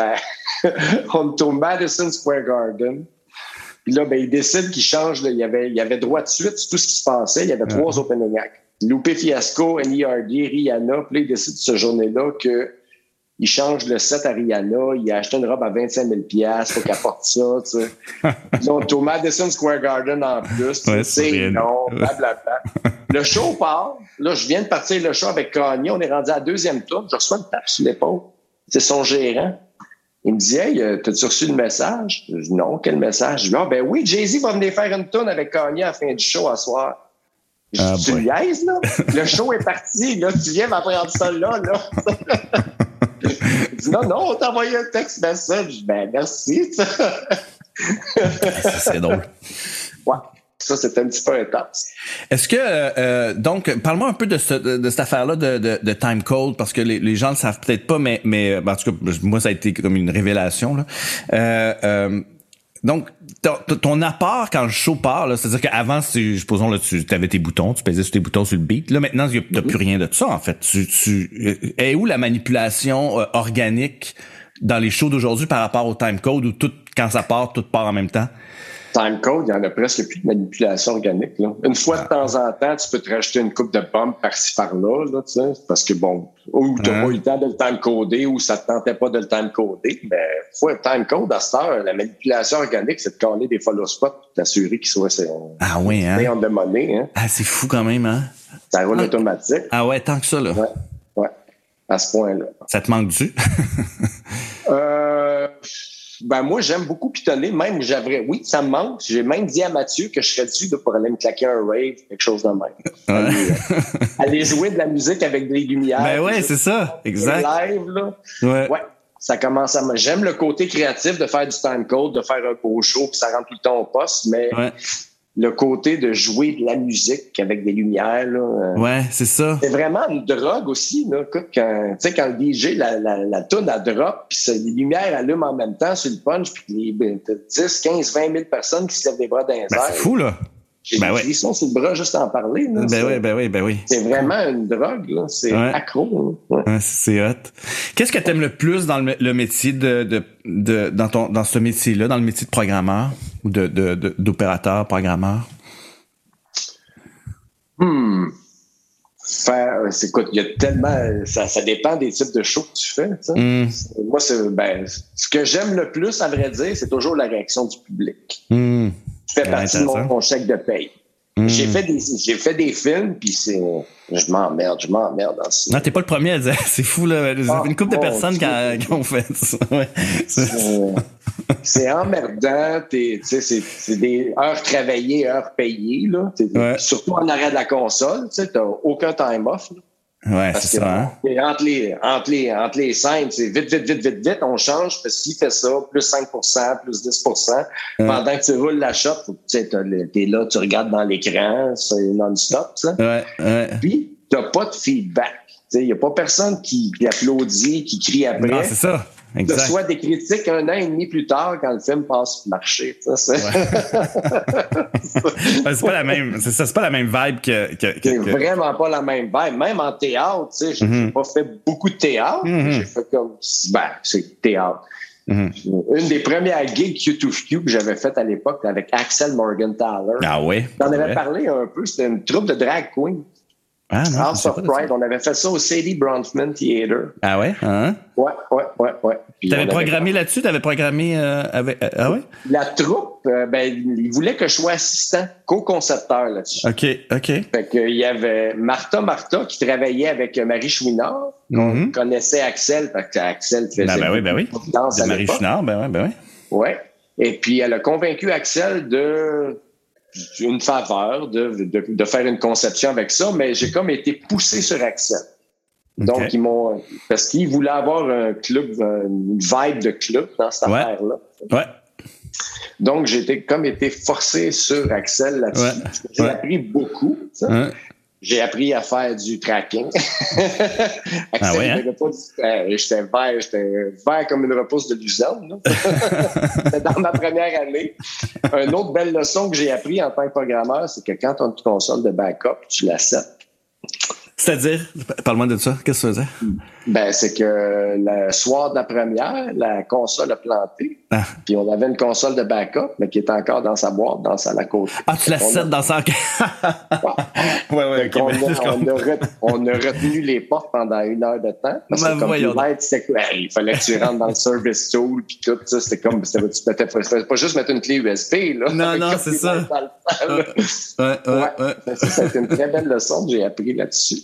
était au Madison Square Garden. Puis là, ben, il décide qu'il change. Là, il, avait, il avait droit de suite sur tout ce qui se passait. Il y avait uh-huh. trois opening acts. Lupe Fiasco, N E R D, Rihanna. Puis là, il décide ce journée-là que il change le set à Rihanna, il a acheté une robe à vingt-cinq mille dollars, faut qu'elle porte ça, tu sais. Ils ont au Madison Square Garden en plus, tu ouais, sais, c'est non, blablabla. Le show part, là, je viens de partir le show avec Kanye, on est rendu à la deuxième tour, je reçois une tape sur l'épaule, c'est son gérant. Il me dit, hey, t'as-tu reçu le message? Je dis, non, quel message? Je dis, ah, ben oui, Jay-Z va venir faire une tourne avec Kanye à la fin du show à soir. Je dis, ah, tu liaises, là? Le show est parti, là, tu viens m'apprendre ça là, là. Il dit non, non, on t'a envoyé un texte message. Ben, merci. ça, c'est drôle. Ouais. Ça, c'était un petit peu intense. Est-ce que, euh, donc, parle-moi un peu de, ce, de, de cette affaire-là de, de, de time code, parce que les, les gens ne le savent peut-être pas, mais, mais ben, en tout cas, moi, ça a été comme une révélation, là. Euh, euh, donc, ton, ton apport quand le show part, là, c'est-à-dire qu'avant, supposons, là, tu avais tes boutons, tu pesais sur tes boutons sur le beat. Là, maintenant, tu n'as plus rien de ça, en fait. Tu, tu, est où la manipulation euh, organique dans les shows d'aujourd'hui par rapport au time code où tout, quand ça part, tout part en même temps? Time code, il y en a presque plus de manipulation organique, là. Une fois de temps en temps, tu peux te rajouter une coupe de pommes par-ci par-là, là, tu sais, parce que bon, ou tu n'as pas eu le temps de le time coder, ou ça te tentait pas de le time coder. Mais fois le time code, à cette heure, la manipulation organique, c'est de caler des follow spots pour t'assurer qu'ils soient, c'est, ah oui, hein? on de monnaie, hein. Ah, c'est fou quand même, hein? Ça roule ah. automatique. Ah ouais, tant que ça, là. Ouais, ouais. À ce point-là. Ça te manque-tu? euh, Ben moi, j'aime beaucoup pitonner, même j'aimerais. Oui, ça me manque. J'ai même dit à Mathieu que je serais dû pour aller me claquer un rave, quelque chose de même. Ouais. Aller, euh, aller jouer de la musique avec des lumières. Ben ouais, c'est ça, exact. Live, là. Ouais. Ouais. Ça commence à me... J'aime le côté créatif de faire du time code, de faire un beau show, puis ça rentre tout le temps au poste, mais ouais. le côté de jouer de la musique avec des lumières. Là, ouais, c'est ça. C'est vraiment une drogue aussi. Là, quand, tu sais, quand le D J, la, la, la toune, elle drop, puis les lumières allument en même temps sur le punch, puis les ben, dix, quinze, vingt mille personnes qui se lèvent des bras dans les airs. Ben, c'est fou, là. J'ai ben des ouais. frissons sur le bras juste à en parler. Là, ben oui, ben oui, ben oui. C'est vraiment une drogue. Là. C'est ouais. accro. Hein. Ouais. Ouais, c'est hot. Qu'est-ce que tu aimes le plus dans le, le métier de, de, de dans ton dans ce métier-là, dans le métier de programmeur ou de, de, de d'opérateur, programmeur? Hmm. Faire, écoute, il y a tellement, ça, ça dépend des types de shows que tu fais. Mm. Moi, c'est, ben, ce que j'aime le plus, à vrai dire, c'est toujours la réaction du public. Mm. Je fais partie de mon, mon chèque de paye. Mm. J'ai fait des, j'ai fait des films, puis c'est, je m'emmerde, je m'emmerde dans ce. Non, t'es pas le premier à dire, c'est fou là. Il y a une couple de personnes qui, a, qui ont fait ça. Ouais. C'est, c'est emmerdant. T'es, c'est, c'est des heures travaillées, heures payées là. Ouais. Surtout en arrêt de la console, tu sais, t'as aucun time off. Là. Ouais, parce c'est que, ça. Hein? Entre les, entre les, entre les scènes, c'est vite, vite, vite, vite, vite, on change, fais ci, fais ça, plus cinq pour cent, plus dix pour cent. Ouais. Pendant que tu roules la shot, tu sais, t'es là, tu regardes dans l'écran, c'est non-stop, ça. Ouais, ouais. Puis, t'as pas de feedback. Il n'y a pas personne qui, qui applaudit, qui crie après. Non, c'est ça. Exact. Soit des critiques un an et demi plus tard quand le film passe sur le marché. Ça, c'est... Ouais. c'est pas la même, c'est ça, c'est pas la même vibe que. que, que c'est que... vraiment pas la même vibe. Même en théâtre, tu sais, j'ai mm-hmm. pas fait beaucoup de théâtre. Mm-hmm. J'ai fait comme, ben, c'est théâtre. Mm-hmm. Une des premières gigs Q deux Q que j'avais faites à l'époque avec Axel Morgenthaler. Ah oui. T'en avais ouais. parlé un peu. C'était une troupe de drag queen. Ah non, House of Pride, on avait fait ça au Sadie Bronfman Theater. Ah ouais? Hein? Ouais, ouais, ouais, ouais. Puis t'avais programmé avait... là-dessus? T'avais programmé euh, avec... Euh, ah ouais? La troupe, euh, ben, ils voulaient que je sois assistant, co-concepteur là-dessus. OK, OK. Fait qu'il y avait Martha Martha qui travaillait avec Marie Chouinard, qu'on mm-hmm. connaissait Axel, parce qu'Axel faisait... Ben, ben oui, ben oui. De Marie Chouinard, ben oui, ben oui. Ouais. Et puis, elle a convaincu Axel de... une faveur de, de, de faire une conception avec ça, mais j'ai comme été poussé sur Axel. Donc, okay. ils m'ont... Parce qu'ils voulaient avoir un club, une vibe de club dans cette ouais. affaire-là. Ouais. Donc, j'ai été, comme été forcé sur Axel là-dessus. Ouais. J'ai ouais. appris beaucoup. Ouais. J'ai appris à faire du tracking. Axel, ah ouais, hein? pas du... j'étais vert, j'étais vert comme une repousse de luzerne. C'était dans ma première année. Une autre belle leçon que j'ai appris en tant que programmeur, c'est que quand tu as une console de backup, tu la sets. C'est-à-dire, parle-moi de ça, qu'est-ce que ça veut dire? Ben, c'est que le soir de la première, la console a planté. Ah. Puis on avait une console de backup, mais qui était encore dans sa boîte, dans sa la côte. Ah, tu la sets dans sa... ouais, ouais, okay, on, a, on, a re... on a retenu les portes pendant une heure de temps. Parce que comme light, c'était quoi? Il fallait que tu rentres dans le service tool, puis tout ça. C'était comme, c'était, tu mettais, c'était pas juste mettre une clé U S B, là. Non, non, c'est ça. Temps, ouais, ouais, ouais. ouais. Ça, ça a été une très belle leçon que j'ai appris là-dessus.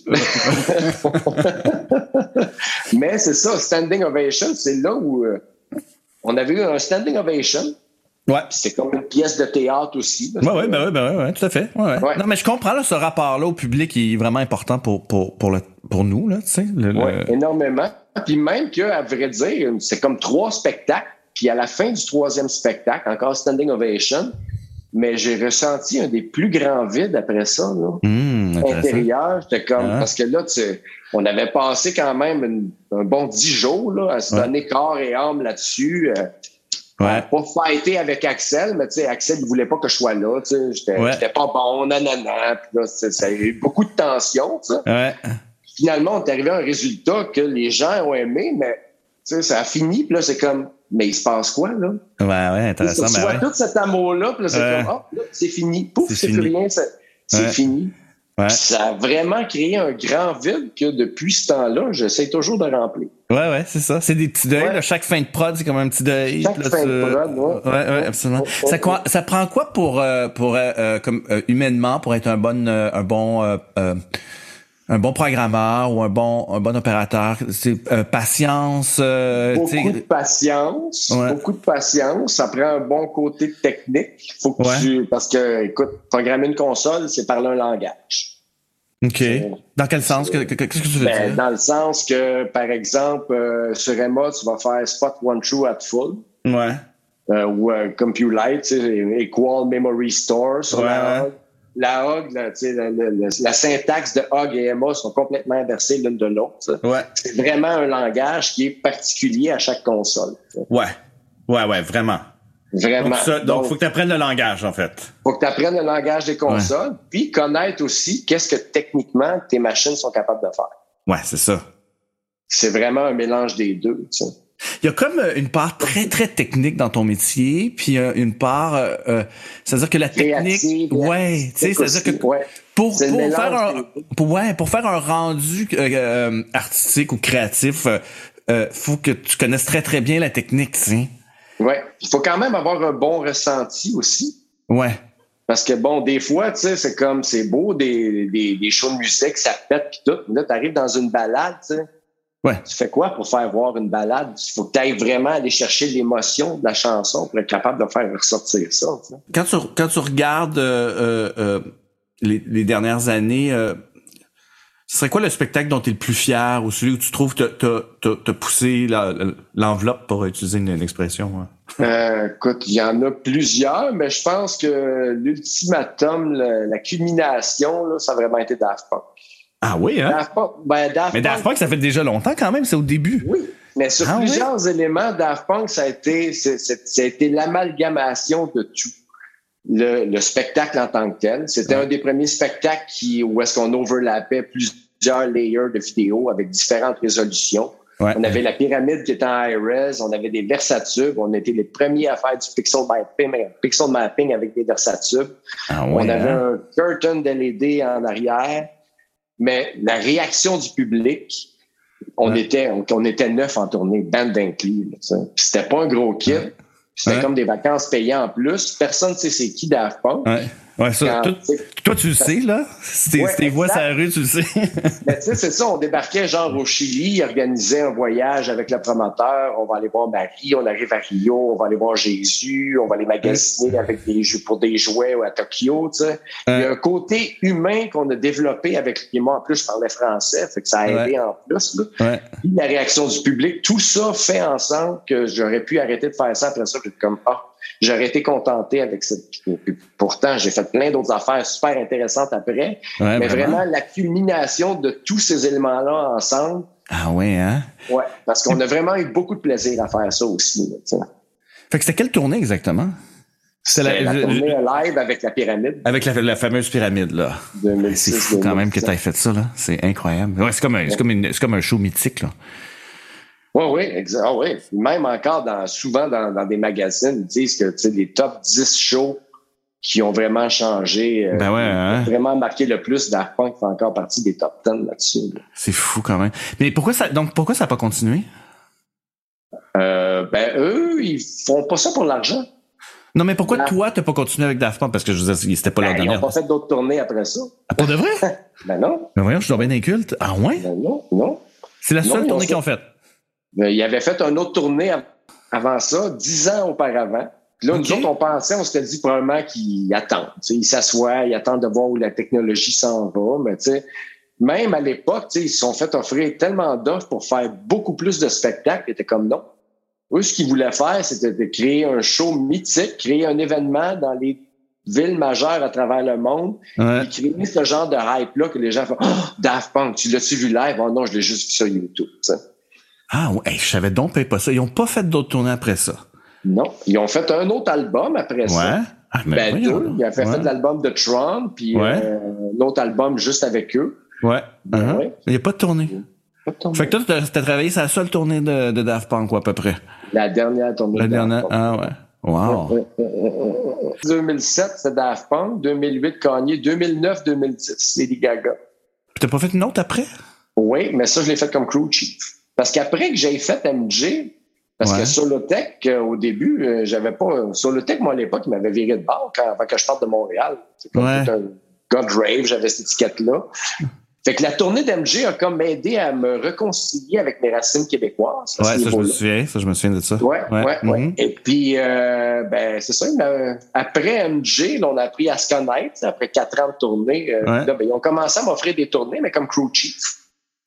Mais c'est ça, standing ovation, c'est là où euh, on avait eu un standing ovation. Ouais. C'est comme une pièce de théâtre aussi. Oui, oui, ben oui, ben oui, ouais, tout à fait. Ouais, ouais. Ouais. Non, mais je comprends là, ce rapport-là au public est vraiment important pour pour pour le pour nous là, tu sais. Le, oui, le... énormément. Puis même qu'à vrai dire, c'est comme trois spectacles. Puis à la fin du troisième spectacle, encore standing ovation. Mais j'ai ressenti un des plus grands vides après ça, là. Mmh, intérieur. J'étais comme, ah. parce que là, tu sais, on avait passé quand même une, un bon dix jours, là, à se ouais. donner corps et âme là-dessus. Euh, ouais. Pas fighter avec Axel, mais tu sais, Axel, il voulait pas que je sois là, tu sais. J'étais, ouais. j'étais pas bon, nanana. Puis là, ça a eu beaucoup de tension, tu sais. Ouais. Finalement, on est arrivé à un résultat que les gens ont aimé, mais, tu sais, ça a fini, puis là, c'est comme, mais il se passe quoi, là? Ouais, ouais, intéressant. Tu vois ben ouais. tout cet amour-là, puis là, c'est ouais. comme, oh, là, c'est fini. Pouf, c'est, c'est fini. Plus rien, c'est, c'est ouais. fini. Ouais. Ça a vraiment créé un grand vide que depuis ce temps-là, j'essaie toujours de remplir. Ouais, ouais, c'est ça. C'est des petits deuils. Ouais. Là, chaque fin de prod, c'est comme un petit deuil. Chaque là, fin tu... de prod, ouais. Ouais, ouais, absolument. Ouais, ouais, ça, ouais. ça prend quoi pour, euh, pour euh, comme euh, humainement, pour être un bon, euh, un bon, euh, euh, un bon programmeur ou un bon, un bon opérateur? C'est euh, patience. Euh, beaucoup t'sais... de patience. Ouais. Beaucoup de patience. Ça prend un bon côté technique. Faut que ouais. tu, parce que, écoute, programmer une console, c'est parler un langage. OK. C'est, dans quel sens? Que, que, qu'est-ce que tu veux ben, dire? Dans le sens que, par exemple, euh, sur Emma, tu vas faire spot one true at full. Ouais. euh, ou un Compulite, Equal Memory Store sur ouais, la ouais. H U G. La H U G, là, la, la, la, la syntaxe de H U G et M A sont complètement inversées l'une de l'autre. Ouais. C'est vraiment un langage qui est particulier à chaque console. Ouais, ouais, ouais, vraiment. Vraiment. Donc, ça, donc, donc, faut que tu apprennes le langage, en fait. Faut que tu apprennes le langage des consoles, ouais. Puis connaître aussi qu'est-ce que techniquement tes machines sont capables de faire. Ouais, c'est ça. C'est vraiment un mélange des deux, tu sais. Il y a comme une part très, très technique dans ton métier, puis euh, une part, euh, c'est-à-dire que la technique, créative, ouais, tu sais, c'est-à-dire que ouais. pour, pour faire un, pour, ouais, pour faire un rendu euh, euh, artistique ou créatif, euh, euh, faut que tu connaisses très, très bien la technique, tu sais. Ouais. Il faut quand même avoir un bon ressenti aussi. Ouais. Parce que bon, des fois, tu sais, c'est comme, c'est beau, des, des, des shows de musique, ça pète pis tout. Là, t'arrives dans une balade, tu sais. Ouais. Tu fais quoi pour faire voir une balade? Il faut que tu ailles vraiment aller chercher l'émotion de la chanson pour être capable de faire ressortir ça. Tu sais. Quand tu, quand tu regardes euh, euh, les, les dernières années, euh, ce serait quoi le spectacle dont tu es le plus fier ou celui où tu trouves que tu as poussé la, l'enveloppe, pour utiliser une, une expression? Hein? Euh, écoute, il y en a plusieurs, mais je pense que l'ultimatum, la, la culmination, là, ça a vraiment été Daft Punk. Ah oui, hein? Daft Punk, ben Daft mais Daft Punk, Punk, ça fait déjà longtemps quand même, c'est au début. Oui, mais sur ah, plusieurs oui? éléments, Daft Punk, ça a été, c'est, c'est, ça a été l'amalgamation de tout. Le, le spectacle en tant que tel. C'était ouais. un des premiers spectacles qui, où est-ce qu'on overlappait plusieurs layers de vidéos avec différentes résolutions. Ouais. On avait la pyramide qui était en high-res, on avait des versatubes, on était les premiers à faire du pixel mapping, pixel mapping avec des versatubes. Ah ouais, on avait hein? un curtain d'L E D en arrière. Mais la réaction du public, on ouais. était on, on était neuf en tournée, band d'inclus. C'était pas un gros kit. Ouais. C'était ouais. comme des vacances payées en plus. Personne ne sait c'est qui Daft Punk. Ouais. Ouais, ça, Quand, toi, toi, tu le sais, là. Si t'es, ouais, si t'es voix sur la rue, tu le sais. Mais tu sais, c'est ça. On débarquait genre au Chili, organisait un voyage avec le promoteur. On va aller voir Marie, on arrive à Rio, on va aller voir Jésus, on va aller magasiner ouais. avec des jeux pour des jouets à Tokyo, tu sais. Ouais. Il y a un côté humain qu'on a développé avec lui. Moi, en plus, je parlais français, fait que ça a aidé ouais. en plus, là. Ouais. Puis la réaction du public, tout ça fait ensemble que j'aurais pu arrêter de faire ça après ça. J'étais comme, ah, j'aurais été contenté avec ça. Pourtant, j'ai fait plein d'autres affaires super intéressantes après. Ouais, mais vraiment, vraiment, la culmination de tous ces éléments-là ensemble. Ah ouais, hein? Ouais, parce qu'on a vraiment eu beaucoup de plaisir à faire ça aussi. Là, fait que c'était quelle tournée exactement? C'était, c'était la, la tournée live avec la pyramide. Avec la, la fameuse pyramide, là. deux mille six, c'est fou quand même que tu aies fait ça, là. C'est incroyable. Ouais, c'est comme un, ouais. c'est comme une, c'est comme un show mythique, là. Oui, oui, exact. Oh, oui. Même encore dans, souvent dans, dans des magazines, ils disent que, tu sais, les top dix shows qui ont vraiment changé, ben ouais, euh, hein? vraiment marqué le plus, Daft Punk fait encore partie des top dix là-dessus. Là. C'est fou quand même. Mais pourquoi ça, donc, pourquoi ça n'a pas continué? Euh, ben, eux, ils font pas ça pour l'argent. Non, mais pourquoi ah. toi, t'as pas continué avec Daft Punk? Parce que je veux dire, c'était pas ben, leur dernière. Ils n'ont pas fait d'autres tournées après ça. Ah, pour de vrai? Ben non. Ben voyons, je suis bien inculte. Ah ouais? Ben non, non. C'est la seule non, tournée qu'ils ont faite. Il avait fait une autre tournée avant ça, dix ans auparavant. Puis là, okay. nous autres, on pensait, on s'était dit probablement qu'ils attendent. Ils s'assoient, ils attendent de voir où la technologie s'en va. Mais tu sais, même à l'époque, ils se sont fait offrir tellement d'offres pour faire beaucoup plus de spectacles. Ils étaient comme non. Eux, ce qu'ils voulaient faire, c'était de créer un show mythique, créer un événement dans les villes majeures à travers le monde, ouais. et créer ce genre de hype-là que les gens font « Oh, Daft Punk, tu l'as-tu vu live? » Oh non, je l'ai juste vu sur YouTube. T'sais. Ah ouais, hey, je savais donc pas ça. Ils n'ont pas fait d'autres tournées après ça. Non, ils ont fait un autre album après ouais. ça. Ah, mais ben voyons, deux. Ils ont fait, ouais. fait l'album de Tron, puis ouais. euh, un autre album juste avec eux. Ouais. Ben, uh-huh. ouais. Il n'y a pas de tournée. Pas de tournée. Fait que toi, t'as, t'as travaillé sur la seule tournée de, de Daft Punk, quoi, à peu près. La dernière tournée. La dernière, ah ouais. Wow. deux mille sept, c'était Daft Punk. deux mille huit, Kanye. deux mille neuf, deux mille dix, Lady Gaga. Puis t'as pas fait une autre après? Oui, mais ça, je l'ai fait comme crew chief. Parce qu'après que j'ai fait M J, parce ouais. que Solotech, euh, au début, euh, j'avais pas... Solotech, moi, à l'époque, il m'avait viré de bord quand, avant que je parte de Montréal. C'est comme ouais. tout un God Rave, j'avais cette étiquette-là. Fait que la tournée d'M J a comme aidé à me réconcilier avec mes racines québécoises. Ouais, ça, je me souviens. Ça, je me souviens de ça. Ouais, ouais, ouais. ouais. Mm-hmm. Et puis, euh, ben, c'est ça. Mais, après M J, là, on a appris à se connaître. Après quatre ans de tournée, euh, ouais. là, ben, ils ont commencé à m'offrir des tournées, mais comme crew chief.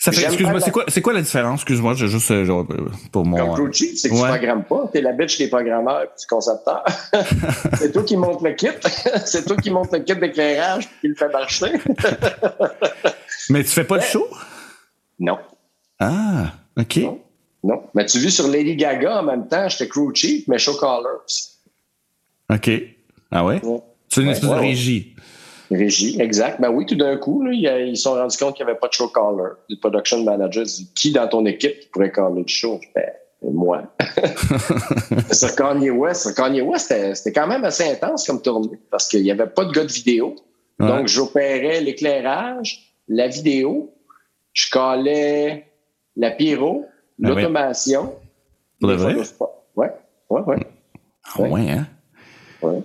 Ça fait, excuse-moi, la... c'est quoi, c'est quoi la différence? Excuse-moi, j'ai juste, euh, genre, pour mon... Comme crew chief, c'est que ouais. tu programmes pas. T'es la bitch des programmeurs et du concepteur. C'est toi qui montes le kit. C'est toi qui montes le kit d'éclairage et qui le fait marcher. Mais tu fais pas ouais. de show? Non. Ah, OK. Non. non. Mais tu vis sur Lady Gaga en même temps, j'étais crew chief, mais show caller. OK. Ah ouais? ouais. C'est une ouais, espèce ouais, de régie. Régie, exact. Ben oui, tout d'un coup, là, ils se sont rendus compte qu'il n'y avait pas de show caller. Le production manager dit, qui dans ton équipe pourrait caller le show? Ben, moi. Sur Kanye West, sur Kanye West, c'était, c'était quand même assez intense comme tournée parce qu'il n'y avait pas de gars de vidéo. Ouais. Donc, j'opérais l'éclairage, la vidéo, je calais la pyro, ah l'automation. Pour de vrai? Ouais, ouais, ouais. Ah ouais, ouais hein? Ouais.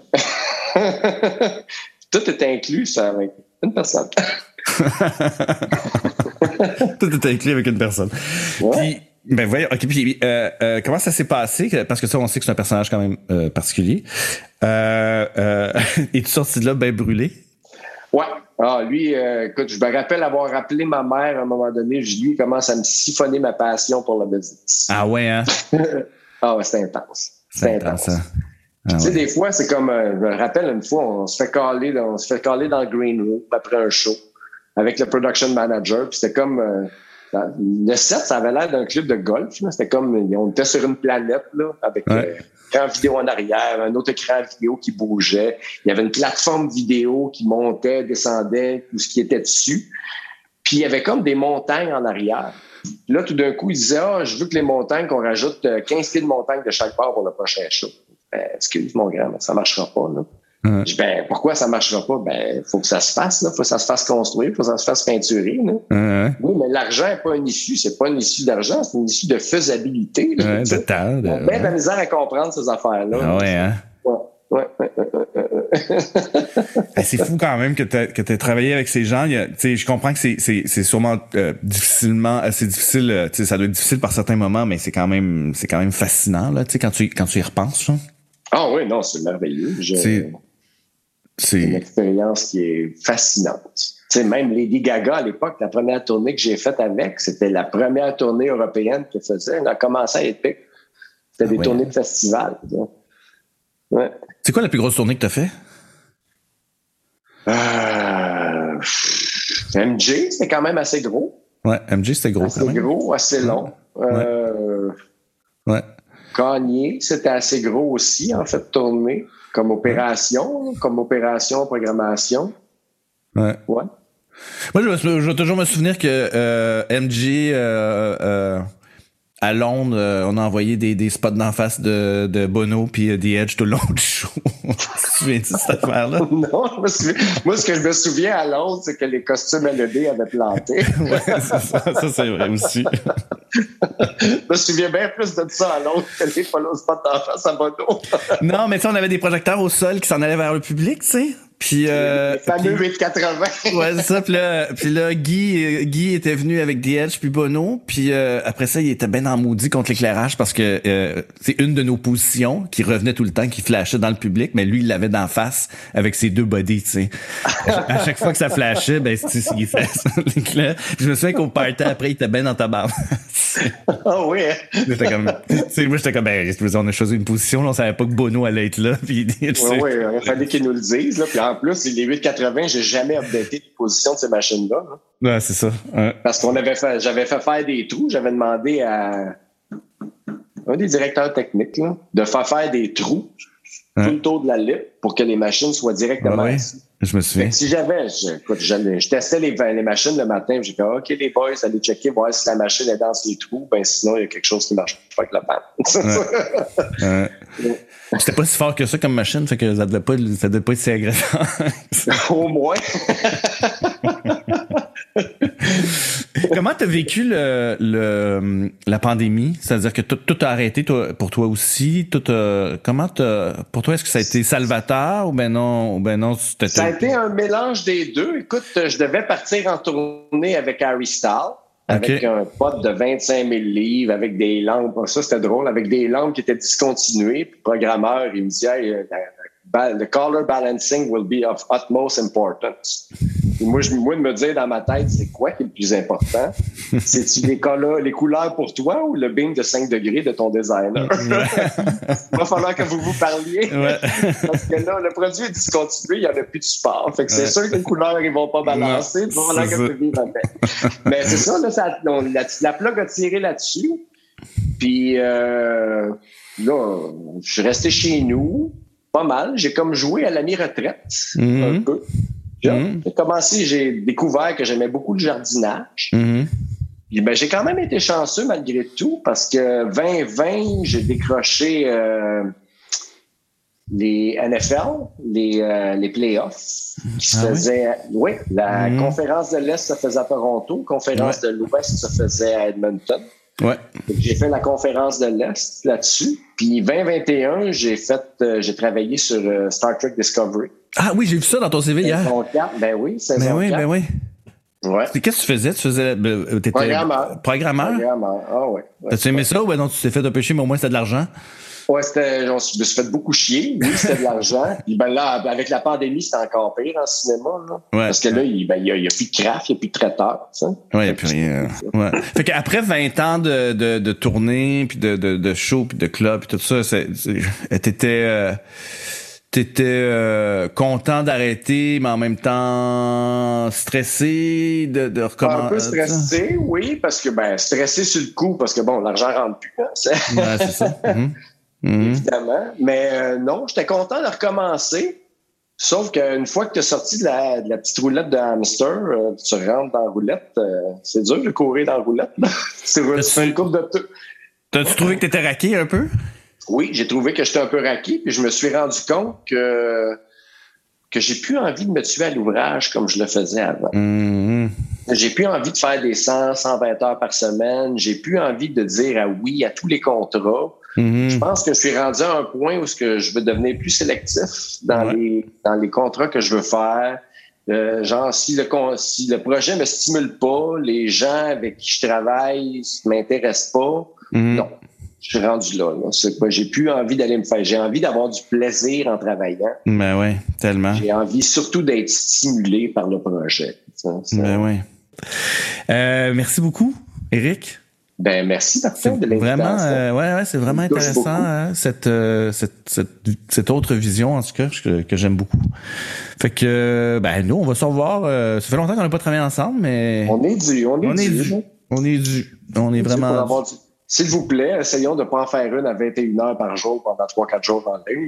Tout est inclus, ça, avec une personne. Tout est inclus avec une personne. Ouais. Puis, ben voyons, ok. Puis, euh, euh, comment ça s'est passé? Parce que ça, on sait que c'est un personnage quand même euh, particulier. Euh, euh, es-tu sorti de là bien brûlé? Ouais. Ah, lui, euh, écoute, je me rappelle avoir rappelé ma mère à un moment donné. Je lui commence à me siphonner ma passion pour le business. Ah ouais, hein? Ah ouais, c'est intense. C'est, c'est intense. intense. Hein? Ah, tu sais, ouais. Des fois, c'est comme, euh, je me rappelle une fois, on se fait caler, on se fait caler dans le green room après un show avec le production manager. Puis c'était comme, euh, le set, ça avait l'air d'un club de golf. Là. C'était comme, on était sur une planète là, avec ouais. euh, un écran vidéo en arrière, un autre écran vidéo qui bougeait. Il y avait une plateforme vidéo qui montait, descendait, tout ce qui était dessus. Puis il y avait comme des montagnes en arrière. Là, tout d'un coup, il disait, ah, je veux que les montagnes, qu'on rajoute quinze pieds de montagnes de chaque part pour le prochain show. Ben, excuse mon grand, ça marchera pas, là. Mmh. Je dis, ben, pourquoi ça marchera pas? Ben, faut que ça se fasse, là. Faut que ça se fasse construire, faut que ça se fasse peinturer, là. Mmh. Oui, mais l'argent n'est pas une issue. C'est pas une issue d'argent, c'est une issue de faisabilité, là. Ouais, de temps. De... On a bien de la misère à comprendre ces affaires-là. Ah ouais, hein? Ouais. Ouais, ouais, ouais, ouais, ouais. C'est fou quand même que tu aies travaillé avec ces gens. Tu sais, je comprends que c'est, c'est, c'est sûrement euh, difficilement, assez difficile. Euh, tu sais, ça doit être difficile par certains moments, mais c'est quand même, c'est quand même fascinant là. Tu sais, quand tu quand tu y repenses. Là. Ah oui, non, c'est merveilleux. Je, c'est, c'est une expérience qui est fascinante. Tu sais, même Lady Gaga à l'époque, la première tournée que j'ai faite avec, c'était la première tournée européenne qu'elle faisait. Elle a commencé à être pique. C'était ah des ouais. tournées de festival. Tu sais. Ouais. C'est quoi la plus grosse tournée que tu as fait? Euh, M J, c'était quand même assez gros. Ouais, M J, c'était gros. Assez quand même. gros, assez long. Ouais. Euh, ouais. Kanye, c'était assez gros aussi, en fait, tourner comme opération, ouais. comme opération, programmation. Ouais. Ouais. Moi, je vais, je vais toujours me souvenir que euh, M J... Euh, euh, à Londres, euh, on a envoyé des, des spots d'en face de, de Bono puis euh, The Edge tout le long du show. Tu te souviens-tu de cette affaire-là? Non, je me souviens. Moi, ce que je me souviens à Londres, c'est que les costumes L E D avaient planté. Ouais, c'est ça, ça, c'est vrai aussi. Je me souviens bien plus de ça à Londres que les follow spots d'en face à Bono. Non, mais tu sais, on avait des projecteurs au sol qui s'en allaient vers le public, tu sais. Puis euh, les fameux huit quatre-vingts. Ouais, c'est ça. Puis là, puis là, Guy, Guy était venu avec The Edge puis Bono. Puis euh, après ça, il était ben en maudit contre l'éclairage parce que euh, c'est une de nos positions qui revenait tout le temps, qui flashait dans le public, mais lui, il l'avait d'en face avec ses deux bodies, tu sais. À chaque fois que ça flashait, ben c'est il fait ça, l'éclair. Je me souviens qu'au party après, il était ben dans ta barbe. Ah oh, oui. J'étais comme, tu sais, moi j'étais comme, ben, on a choisi une position, là, on savait pas que Bono allait être là. Puis, tu sais. Oui, oui, il fallait qu'ils nous le disent, là. Puis en plus, les huit quatre-vingts, j'ai jamais updaté les positions de ces machines-là. Hein. Ouais, c'est ça. Ouais. Parce qu'on avait fait, j'avais fait faire des trous. J'avais demandé à un des directeurs techniques là, de faire faire des trous ouais. tout le tour de la lip pour que les machines soient directement ouais, ici. Je me souviens. Si j'avais, je, écoute, je, je testais les, les machines le matin, j'ai dit, OK, les boys, allez checker, voir si la machine est dans ces trous. Ben sinon, il y a quelque chose qui marche pas avec la panne. Ouais. Ouais. C'était pas si fort que ça comme machine, fait que ça devait pas, ça devait pas être si agressant. Au moins. Comment t'as vécu le, le la pandémie? C'est-à-dire que tout, tout a arrêté toi, pour toi aussi. Tout a, comment t'as, pour toi, est-ce que ça a été salvateur ou ben non, ou ben non, c'était... Ça a été un mélange des deux. Écoute, je devais partir en tournée avec Harry Styles. Avec okay. un pote de vingt-cinq mille livres, avec des lampes. Ça, c'était drôle. Avec des lampes qui étaient discontinuées. Puis le programmeur, il me disait, hey, the color balancing will be of utmost importance. moi, je, moi, de me dire dans ma tête, c'est quoi qui est le plus important? C'est-tu les couleurs, les couleurs pour toi ou le beam de cinq degrés de ton designer? Ouais. Il va falloir que vous vous parliez. Ouais. Parce que là, le produit est discontinué, il n'y en a plus de support. Fait que c'est ouais. sûr que les couleurs, ils vont pas balancer. Il va falloir que vous viviez avec. Mais c'est ça, là, ça, on, la, la plug a tiré là-dessus. Puis euh, là, je suis resté chez nous. Pas mal. J'ai comme joué à la mi-retraite, mm-hmm. un peu. Mm-hmm. J'ai commencé, j'ai découvert que j'aimais beaucoup le jardinage. Mm-hmm. Et ben, j'ai quand même été chanceux malgré tout parce que vingt vingt, j'ai décroché euh, les N F L, les, euh, les playoffs qui se ah faisaient. Oui, oui la mm-hmm. conférence de l'Est se faisait à Toronto, conférence ouais. de l'Ouest se faisait à Edmonton. Ouais. J'ai fait la conférence de l'Est là-dessus. Puis vingt vingt et un, j'ai fait, euh, j'ai travaillé sur euh, Star Trek Discovery. Ah oui, j'ai vu ça dans ton C V hier. Saison quatre, ben oui, saison ben oui, quatre. Ben oui, ouais. Qu'est-ce que tu faisais? Tu faisais, t'étais programmeur. Programmeur? Programmeur, ah ouais. ouais T'as-tu aimé ouais. ça ou ben non, tu t'es fait un peu chier, mais au moins c'était de l'argent? Ouais, c'était, je me suis fait beaucoup chier. Oui, c'était de l'argent. Puis ben là, avec la pandémie, c'était encore pire en cinéma, là. Ouais. Parce que là, il ben, y, a, il y a plus de craft, il n'y a plus de traiteur, tu sais. Ouais, il n'y a plus rien. Ouais. Fait qu'après vingt ans de, de, de tournée, puis de, de, de show, puis de club, puis tout ça, c'est, c'est, t'étais, euh, t'étais euh, content d'arrêter, mais en même temps stressé de, de recommencer. Un peu stressé, oui, parce que, ben, stressé sur le coup, parce que bon, l'argent rentre plus, hein, c'est... Ouais, c'est ça. Mm-hmm. Mmh. Évidemment. Mais euh, non, j'étais content de recommencer. Sauf qu'une fois que tu es sorti de la, de la petite roulette de hamster, euh, tu rentres dans la roulette, euh, c'est dur de courir dans la roulette. Là. tu fais une courbe de tout. T'as-tu trouvé que tu étais raqué un peu? Oui, j'ai trouvé que j'étais un peu raqué, puis je me suis rendu compte que, que j'ai plus envie de me tuer à l'ouvrage comme je le faisais avant. Mmh. J'ai plus envie de faire des cent, cent vingt heures par semaine. J'ai plus envie de dire ah oui à tous les contrats. Mm-hmm. Je pense que je suis rendu à un point où ce que je veux devenir plus sélectif dans ouais. les dans les contrats que je veux faire. Euh, genre si le si le projet me stimule pas, les gens avec qui je travaille m'intéressent pas, mm-hmm. non, je suis rendu là. là. C'est pas, j'ai plus envie d'aller me faire. J'ai envie d'avoir du plaisir en travaillant. Ben ouais, tellement. J'ai envie surtout d'être stimulé par le projet. Ça, ça. Ben ouais. Euh, merci beaucoup, Éric. Ben merci Martin de l'invitation. Vraiment, euh, ouais, ouais, c'est vraiment intéressant hein, cette, euh, cette cette cette autre vision en tout cas que, que j'aime beaucoup. Fait que ben nous on va se revoir. Euh, ça fait longtemps qu'on n'a pas travaillé ensemble, mais on est dû, on est on dû. Est dû. On est dû. On est vraiment. S'il vous plaît, essayons de ne pas en faire une à vingt et une heures par jour pendant trois quatre jours en ligne.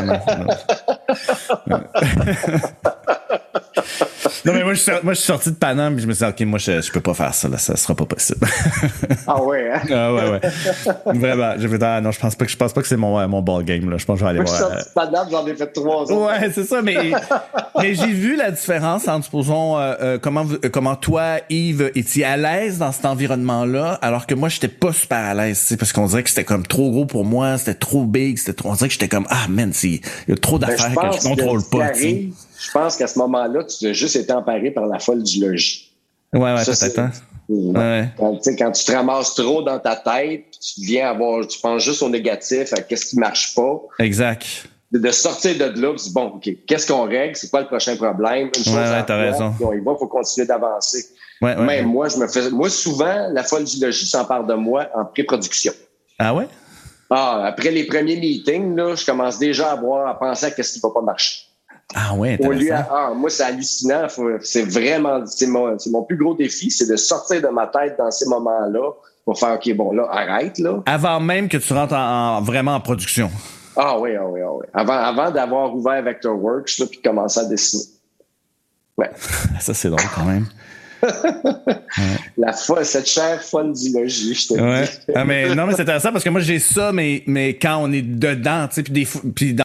Non, mais moi je, suis, moi, je suis sorti de Paname et je me suis dit, OK, moi, je, je peux pas faire ça, là, ça sera pas possible. Ah ouais, hein? Ah ouais, ouais. Vraiment. Je vais dire, ah, non, je pense pas que, je pense pas que c'est mon, mon ball game, là. Je pense que je vais aller moi, voir. Je suis sorti de Paname, j'en ai fait trois ans. Ouais, c'est ça, mais, mais j'ai vu la différence entre, supposons, euh, euh, comment, euh, comment toi, Yves, étiez à l'aise dans cet environnement-là, alors que moi, j'étais pas super à l'aise, tu sais, parce qu'on dirait que c'était comme trop gros pour moi, c'était trop big, c'était trop, on dirait que j'étais comme, ah, man, il y a trop d'affaires ben, que je contrôle que pas, tu sais. Je pense qu'à ce moment-là, tu as juste été emparé par la folle du logis. Ouais, ouais, ça, peut-être. Hein? Ouais. Quand, quand tu te ramasses trop dans ta tête, tu viens avoir, tu penses juste au négatif, à qu'est-ce qui marche pas. Exact. De, de sortir de là, tu dis, bon, OK, qu'est-ce qu'on règle? C'est quoi le prochain problème? Une chose ouais, ouais, t'as raison. Puis on y va, il faut continuer d'avancer. Ouais, ouais, Même ouais. moi, je me fais, moi, souvent, la folle du logis s'empare de moi en pré-production. Ah ouais? Ah, après les premiers meetings, là, je commence déjà à voir, à penser à qu'est-ce qui va pas marcher. Ah ouais, intéressant. Au lieu à, ah, moi, c'est hallucinant. Faut, c'est vraiment, c'est mon, c'est mon plus gros défi, c'est de sortir de ma tête dans ces moments-là pour faire, OK, bon, là, arrête, là. Avant même que tu rentres en, en vraiment en production. Ah oui, ah oui, ah oui. Avant, avant d'avoir ouvert Vectorworks, là, puis de commencer à dessiner. Ouais. Ça, c'est drôle quand même. Ouais. La folle, cette chère folle d'illogie, je te ouais. dis. Ah, mais non, mais c'est intéressant parce que moi, j'ai ça, mais, mais quand on est dedans, tu sais, puis des puis dans